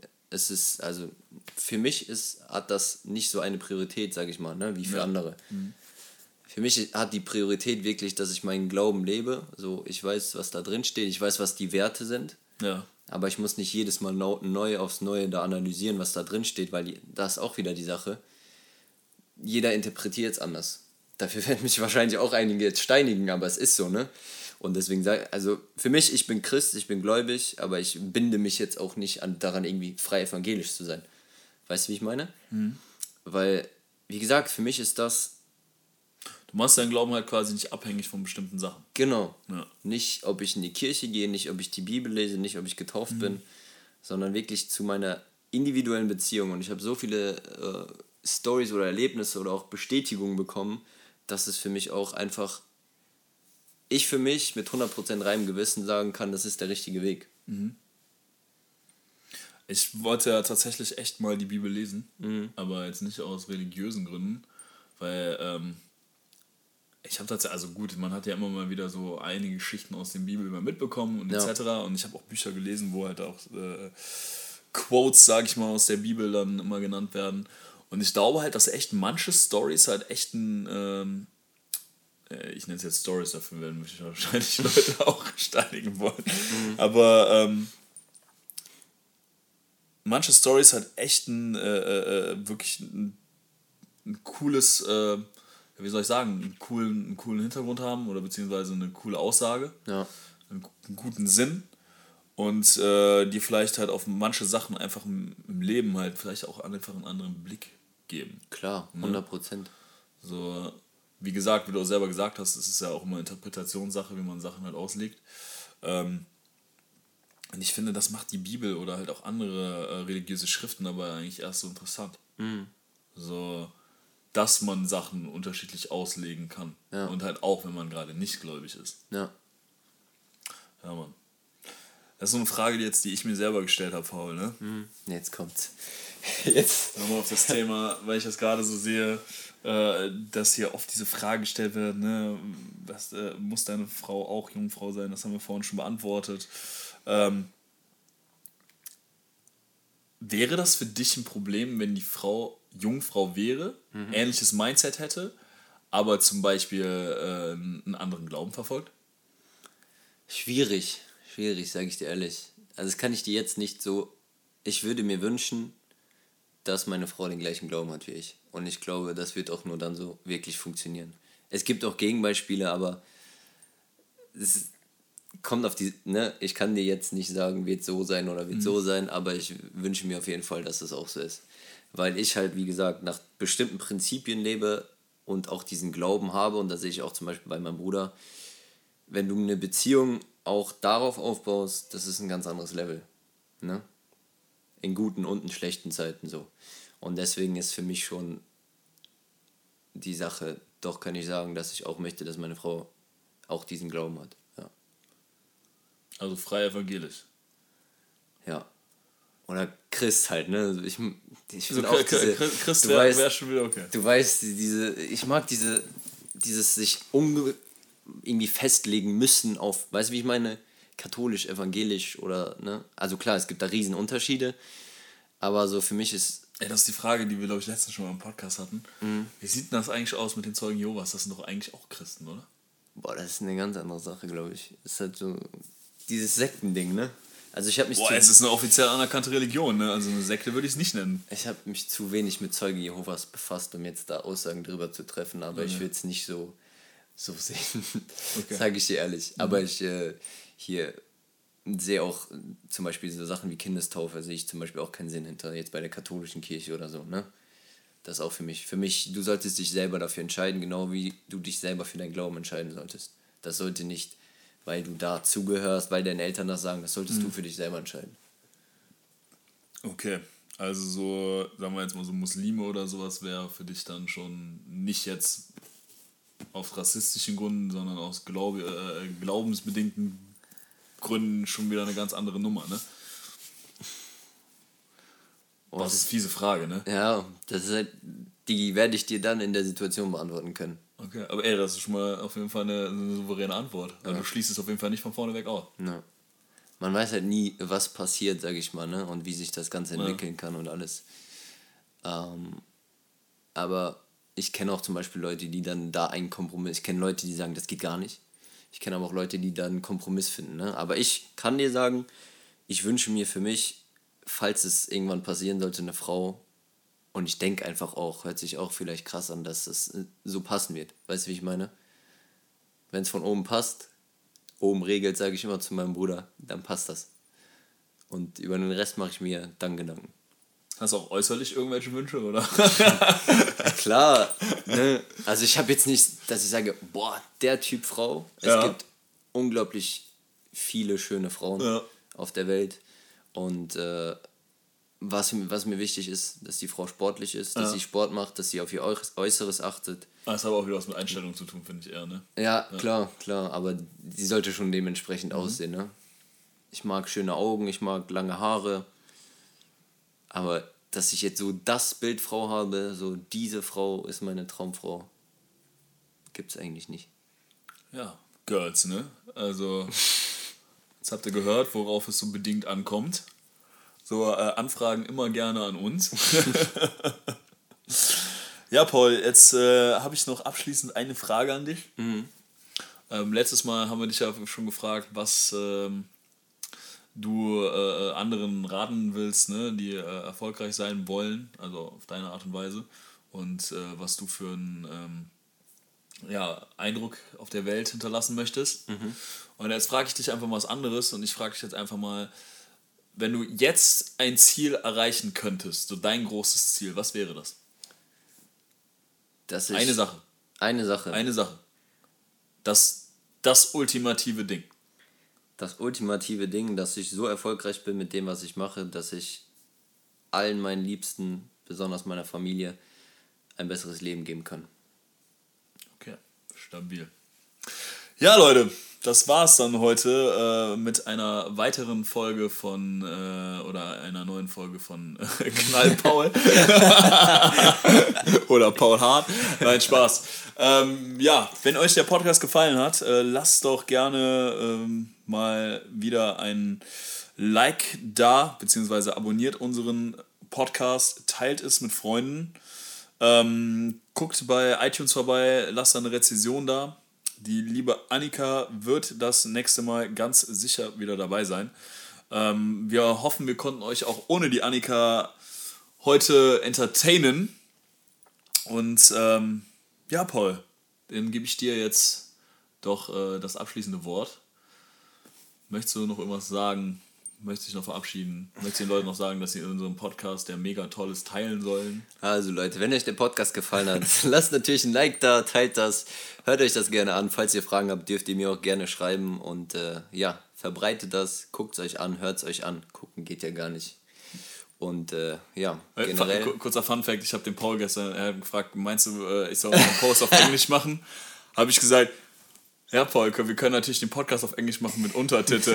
für mich hat das nicht so eine Priorität, sage ich mal, ne, wie für andere. Mhm. Für mich hat die Priorität wirklich, dass ich meinen Glauben lebe. So, ich weiß, was da drin steht, ich weiß, was die Werte sind. Ja. Aber ich muss nicht jedes Mal neu aufs Neue da analysieren, was da drin steht, weil das ist auch wieder die Sache. Jeder interpretiert es anders. Dafür werden mich wahrscheinlich auch einige jetzt steinigen, aber es ist so, ne? Und deswegen also für mich, ich bin Christ, ich bin gläubig, aber ich binde mich jetzt auch nicht daran, irgendwie frei evangelisch zu sein. Weißt du, wie ich meine? Mhm. Weil, wie gesagt, für mich ist das... Du machst deinen Glauben halt quasi nicht abhängig von bestimmten Sachen. Genau. Ja. Nicht, ob ich in die Kirche gehe, nicht, ob ich die Bibel lese, nicht, ob ich getauft bin, sondern wirklich zu meiner individuellen Beziehung. Und ich habe so viele Storys oder Erlebnisse oder auch Bestätigungen bekommen, dass es für mich auch einfach... ich für mich mit 100% reinem Gewissen sagen kann, das ist der richtige Weg. Mhm. Ich wollte ja tatsächlich echt mal die Bibel lesen, aber jetzt nicht aus religiösen Gründen, weil ich habe tatsächlich, also gut, man hat ja immer mal wieder so einige Geschichten aus der Bibel immer mitbekommen und etc. Und ich habe auch Bücher gelesen, wo halt auch Quotes, sage ich mal, aus der Bibel dann immer genannt werden. Und ich glaube halt, dass echt manche Storys halt echt ein... ich nenne es jetzt Stories, dafür werden mich wahrscheinlich Leute auch steinigen wollen. Aber manche Stories halt echt wirklich ein cooles, wie soll ich sagen, einen coolen Hintergrund haben oder beziehungsweise eine coole Aussage, einen guten Sinn und die vielleicht halt auf manche Sachen einfach im Leben halt vielleicht auch einfach einen anderen Blick geben. Klar, 100%. So... Wie gesagt, wie du auch selber gesagt hast, es ist ja auch immer Interpretationssache, wie man Sachen halt auslegt. Und ich finde, das macht die Bibel oder halt auch andere religiöse Schriften aber eigentlich erst so interessant. Mhm. So, dass man Sachen unterschiedlich auslegen kann. Ja. Und halt auch, wenn man gerade nicht gläubig ist. Ja. Ja, Mann. Das ist so eine Frage, die ich mir selber gestellt habe, Paul, ne? Mhm. Jetzt kommt's. Jetzt. Nochmal auf das Thema, weil ich das gerade so sehe, dass hier oft diese Frage gestellt wird, ne, muss deine Frau auch Jungfrau sein? Das haben wir vorhin schon beantwortet. Wäre das für dich ein Problem, wenn die Frau Jungfrau wäre, ähnliches Mindset hätte, aber zum Beispiel einen anderen Glauben verfolgt? Schwierig, sage ich dir ehrlich. Also das kann ich dir jetzt nicht so... Ich würde mir wünschen, dass meine Frau den gleichen Glauben hat wie ich. Und ich glaube, das wird auch nur dann so wirklich funktionieren. Es gibt auch Gegenbeispiele, aber es kommt auf die... Ne? Ich kann dir jetzt nicht sagen, wird so sein oder wird so sein, aber ich wünsche mir auf jeden Fall, dass es auch so ist. Weil ich halt, wie gesagt, nach bestimmten Prinzipien lebe und auch diesen Glauben habe. Und da sehe ich auch zum Beispiel bei meinem Bruder, wenn du eine Beziehung auch darauf aufbaust, das ist ein ganz anderes Level. Ne? In guten und in schlechten Zeiten so. Und deswegen ist für mich schon die Sache, doch kann ich sagen, dass ich auch möchte, dass meine Frau auch diesen Glauben hat. Ja. Also frei evangelisch. Ja. Oder Christ halt, ne? Also ich Also finde auch diese... Christ wäre schon wieder okay. Du weißt, ich mag dieses sich irgendwie festlegen müssen auf, weißt du, wie ich meine? Katholisch, evangelisch oder, ne? Also klar, es gibt da riesen Unterschiede, aber so für mich ist... Ey, das ist die Frage, die wir, glaube ich, letztens schon mal im Podcast hatten. Wie sieht denn das eigentlich aus mit den Zeugen Jehovas? Das sind doch eigentlich auch Christen, oder? Boah, das ist eine ganz andere Sache, glaube ich. Das ist halt so dieses Sektending, ne? Also ich habe mich es ist eine offiziell anerkannte Religion, ne? Also eine Sekte würde ich es nicht nennen. Ich habe mich zu wenig mit Zeugen Jehovas befasst, um jetzt da Aussagen drüber zu treffen, aber ich will es nicht so sehen, sage ich dir ehrlich. Aber ich hier sehe auch zum Beispiel so Sachen wie Kindestaufe, sehe ich zum Beispiel auch keinen Sinn hinter, jetzt bei der katholischen Kirche oder so, ne? Das ist auch für mich, du solltest dich selber dafür entscheiden, genau wie du dich selber für deinen Glauben entscheiden solltest. Das sollte nicht, weil du da zugehörst, weil deine Eltern das sagen, das solltest du für dich selber entscheiden. Okay, also so, sagen wir jetzt mal so Muslime oder sowas wäre für dich dann schon nicht jetzt auf rassistischen Gründen, sondern aus glaubensbedingten Gründen schon wieder eine ganz andere Nummer, ne? Das ist eine fiese Frage, ne? Ja, das ist halt, die werde ich dir dann in der Situation beantworten können. Okay, aber das ist schon mal auf jeden Fall eine souveräne Antwort. Also du schließt es auf jeden Fall nicht von vorne weg aus. Ja. Man weiß halt nie, was passiert, sag ich mal, ne? Und wie sich das Ganze entwickeln kann und alles. Aber ich kenne auch zum Beispiel Leute, die dann da einen Kompromiss... Ich kenne Leute, die sagen, das geht gar nicht. Ich kenne aber auch Leute, die dann einen Kompromiss finden, ne? Aber ich kann dir sagen, ich wünsche mir für mich, falls es irgendwann passieren sollte, eine Frau... Und ich denke einfach auch, hört sich auch vielleicht krass an, dass es so passen wird. Weißt du, wie ich meine? Wenn es von oben passt, oben regelt, sage ich immer zu meinem Bruder, dann passt das. Und über den Rest mache ich mir dann Gedanken. Hast du auch äußerlich irgendwelche Wünsche, oder? Ja, klar, ne? Also ich habe jetzt nicht, dass ich sage, boah, der Typ Frau. Es gibt unglaublich viele schöne Frauen auf der Welt. Und was mir wichtig ist, dass die Frau sportlich ist, dass sie Sport macht, dass sie auf ihr Äußeres achtet. Das hat aber auch wieder was mit Einstellung zu tun, finde ich eher, ne? Ja, klar, aber sie sollte schon dementsprechend aussehen, ne? Ich mag schöne Augen, ich mag lange Haare, aber dass ich jetzt so das Bild Frau habe, so diese Frau ist meine Traumfrau, gibt's eigentlich nicht. Ja, Girls, ne? Also, jetzt habt ihr gehört, worauf es so bedingt ankommt. So, Anfragen immer gerne an uns. Ja, Paul, jetzt habe ich noch abschließend eine Frage an dich. Letztes Mal haben wir dich ja schon gefragt, was du anderen raten willst, ne, die erfolgreich sein wollen, also auf deine Art und Weise. Und was du für einen Eindruck auf der Welt hinterlassen möchtest. Und jetzt frage ich dich einfach mal was anderes und ich frage dich jetzt einfach mal, wenn du jetzt ein Ziel erreichen könntest, so dein großes Ziel, was wäre das? Eine Sache. Eine Sache. Das ultimative Ding. Das ultimative Ding, dass ich so erfolgreich bin mit dem, was ich mache, dass ich allen meinen Liebsten, besonders meiner Familie, ein besseres Leben geben kann. Okay, stabil. Ja, Leute, das war's dann heute mit einer weiteren Folge von, oder einer neuen Folge von Knall Paul. Oder Paul Hart. Nein, Spaß. Ja, wenn euch der Podcast gefallen hat, lasst doch gerne mal wieder ein Like da, beziehungsweise abonniert unseren Podcast, teilt es mit Freunden. Guckt bei iTunes vorbei, lasst eine Rezension da. Die liebe Annika wird das nächste Mal ganz sicher wieder dabei sein. Wir hoffen, wir konnten euch auch ohne die Annika heute entertainen. Und ja, Paul, dann gebe ich dir jetzt doch das abschließende Wort. Möchtest du noch irgendwas sagen? Möchtest du dich noch verabschieden? Möchtest du den Leuten noch sagen, dass sie unseren Podcast, der mega toll ist, teilen sollen? Also Leute, wenn euch der Podcast gefallen hat, lasst natürlich ein Like da, teilt das, hört euch das gerne an. Falls ihr Fragen habt, dürft ihr mir auch gerne schreiben. Und ja, verbreitet das, guckt es euch an, hört es euch an. Gucken geht ja gar nicht. Und ja, generell... Kurzer Funfact, ich habe den Paul gestern gefragt, meinst du, ich soll einen Post auf Englisch machen? Habe ich gesagt, ja Paul, wir können natürlich den Podcast auf Englisch machen mit Untertitel.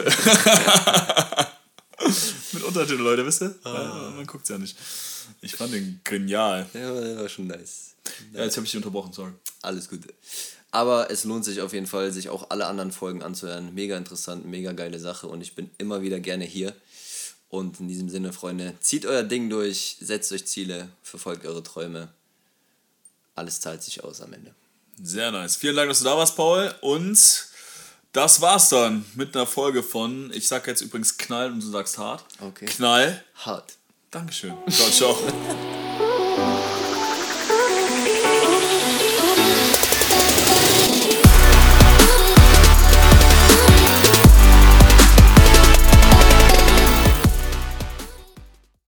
Mit Untertitel, Leute, wisst ihr? Man guckt es ja nicht. Ich fand den genial. Ja, der war schon nice. Ja, jetzt habe ich dich unterbrochen, sorry. Alles Gute. Aber es lohnt sich auf jeden Fall, sich auch alle anderen Folgen anzuhören. Mega interessant, mega geile Sache und ich bin immer wieder gerne hier. Und in diesem Sinne, Freunde, zieht euer Ding durch, setzt euch Ziele, verfolgt eure Träume. Alles zahlt sich aus am Ende. Sehr nice. Vielen Dank, dass du da warst, Paul. Und das war's dann mit einer Folge von, ich sag jetzt übrigens Knall und du sagst hart. Okay. Knall. Hart. Dankeschön. Ciao, ciao.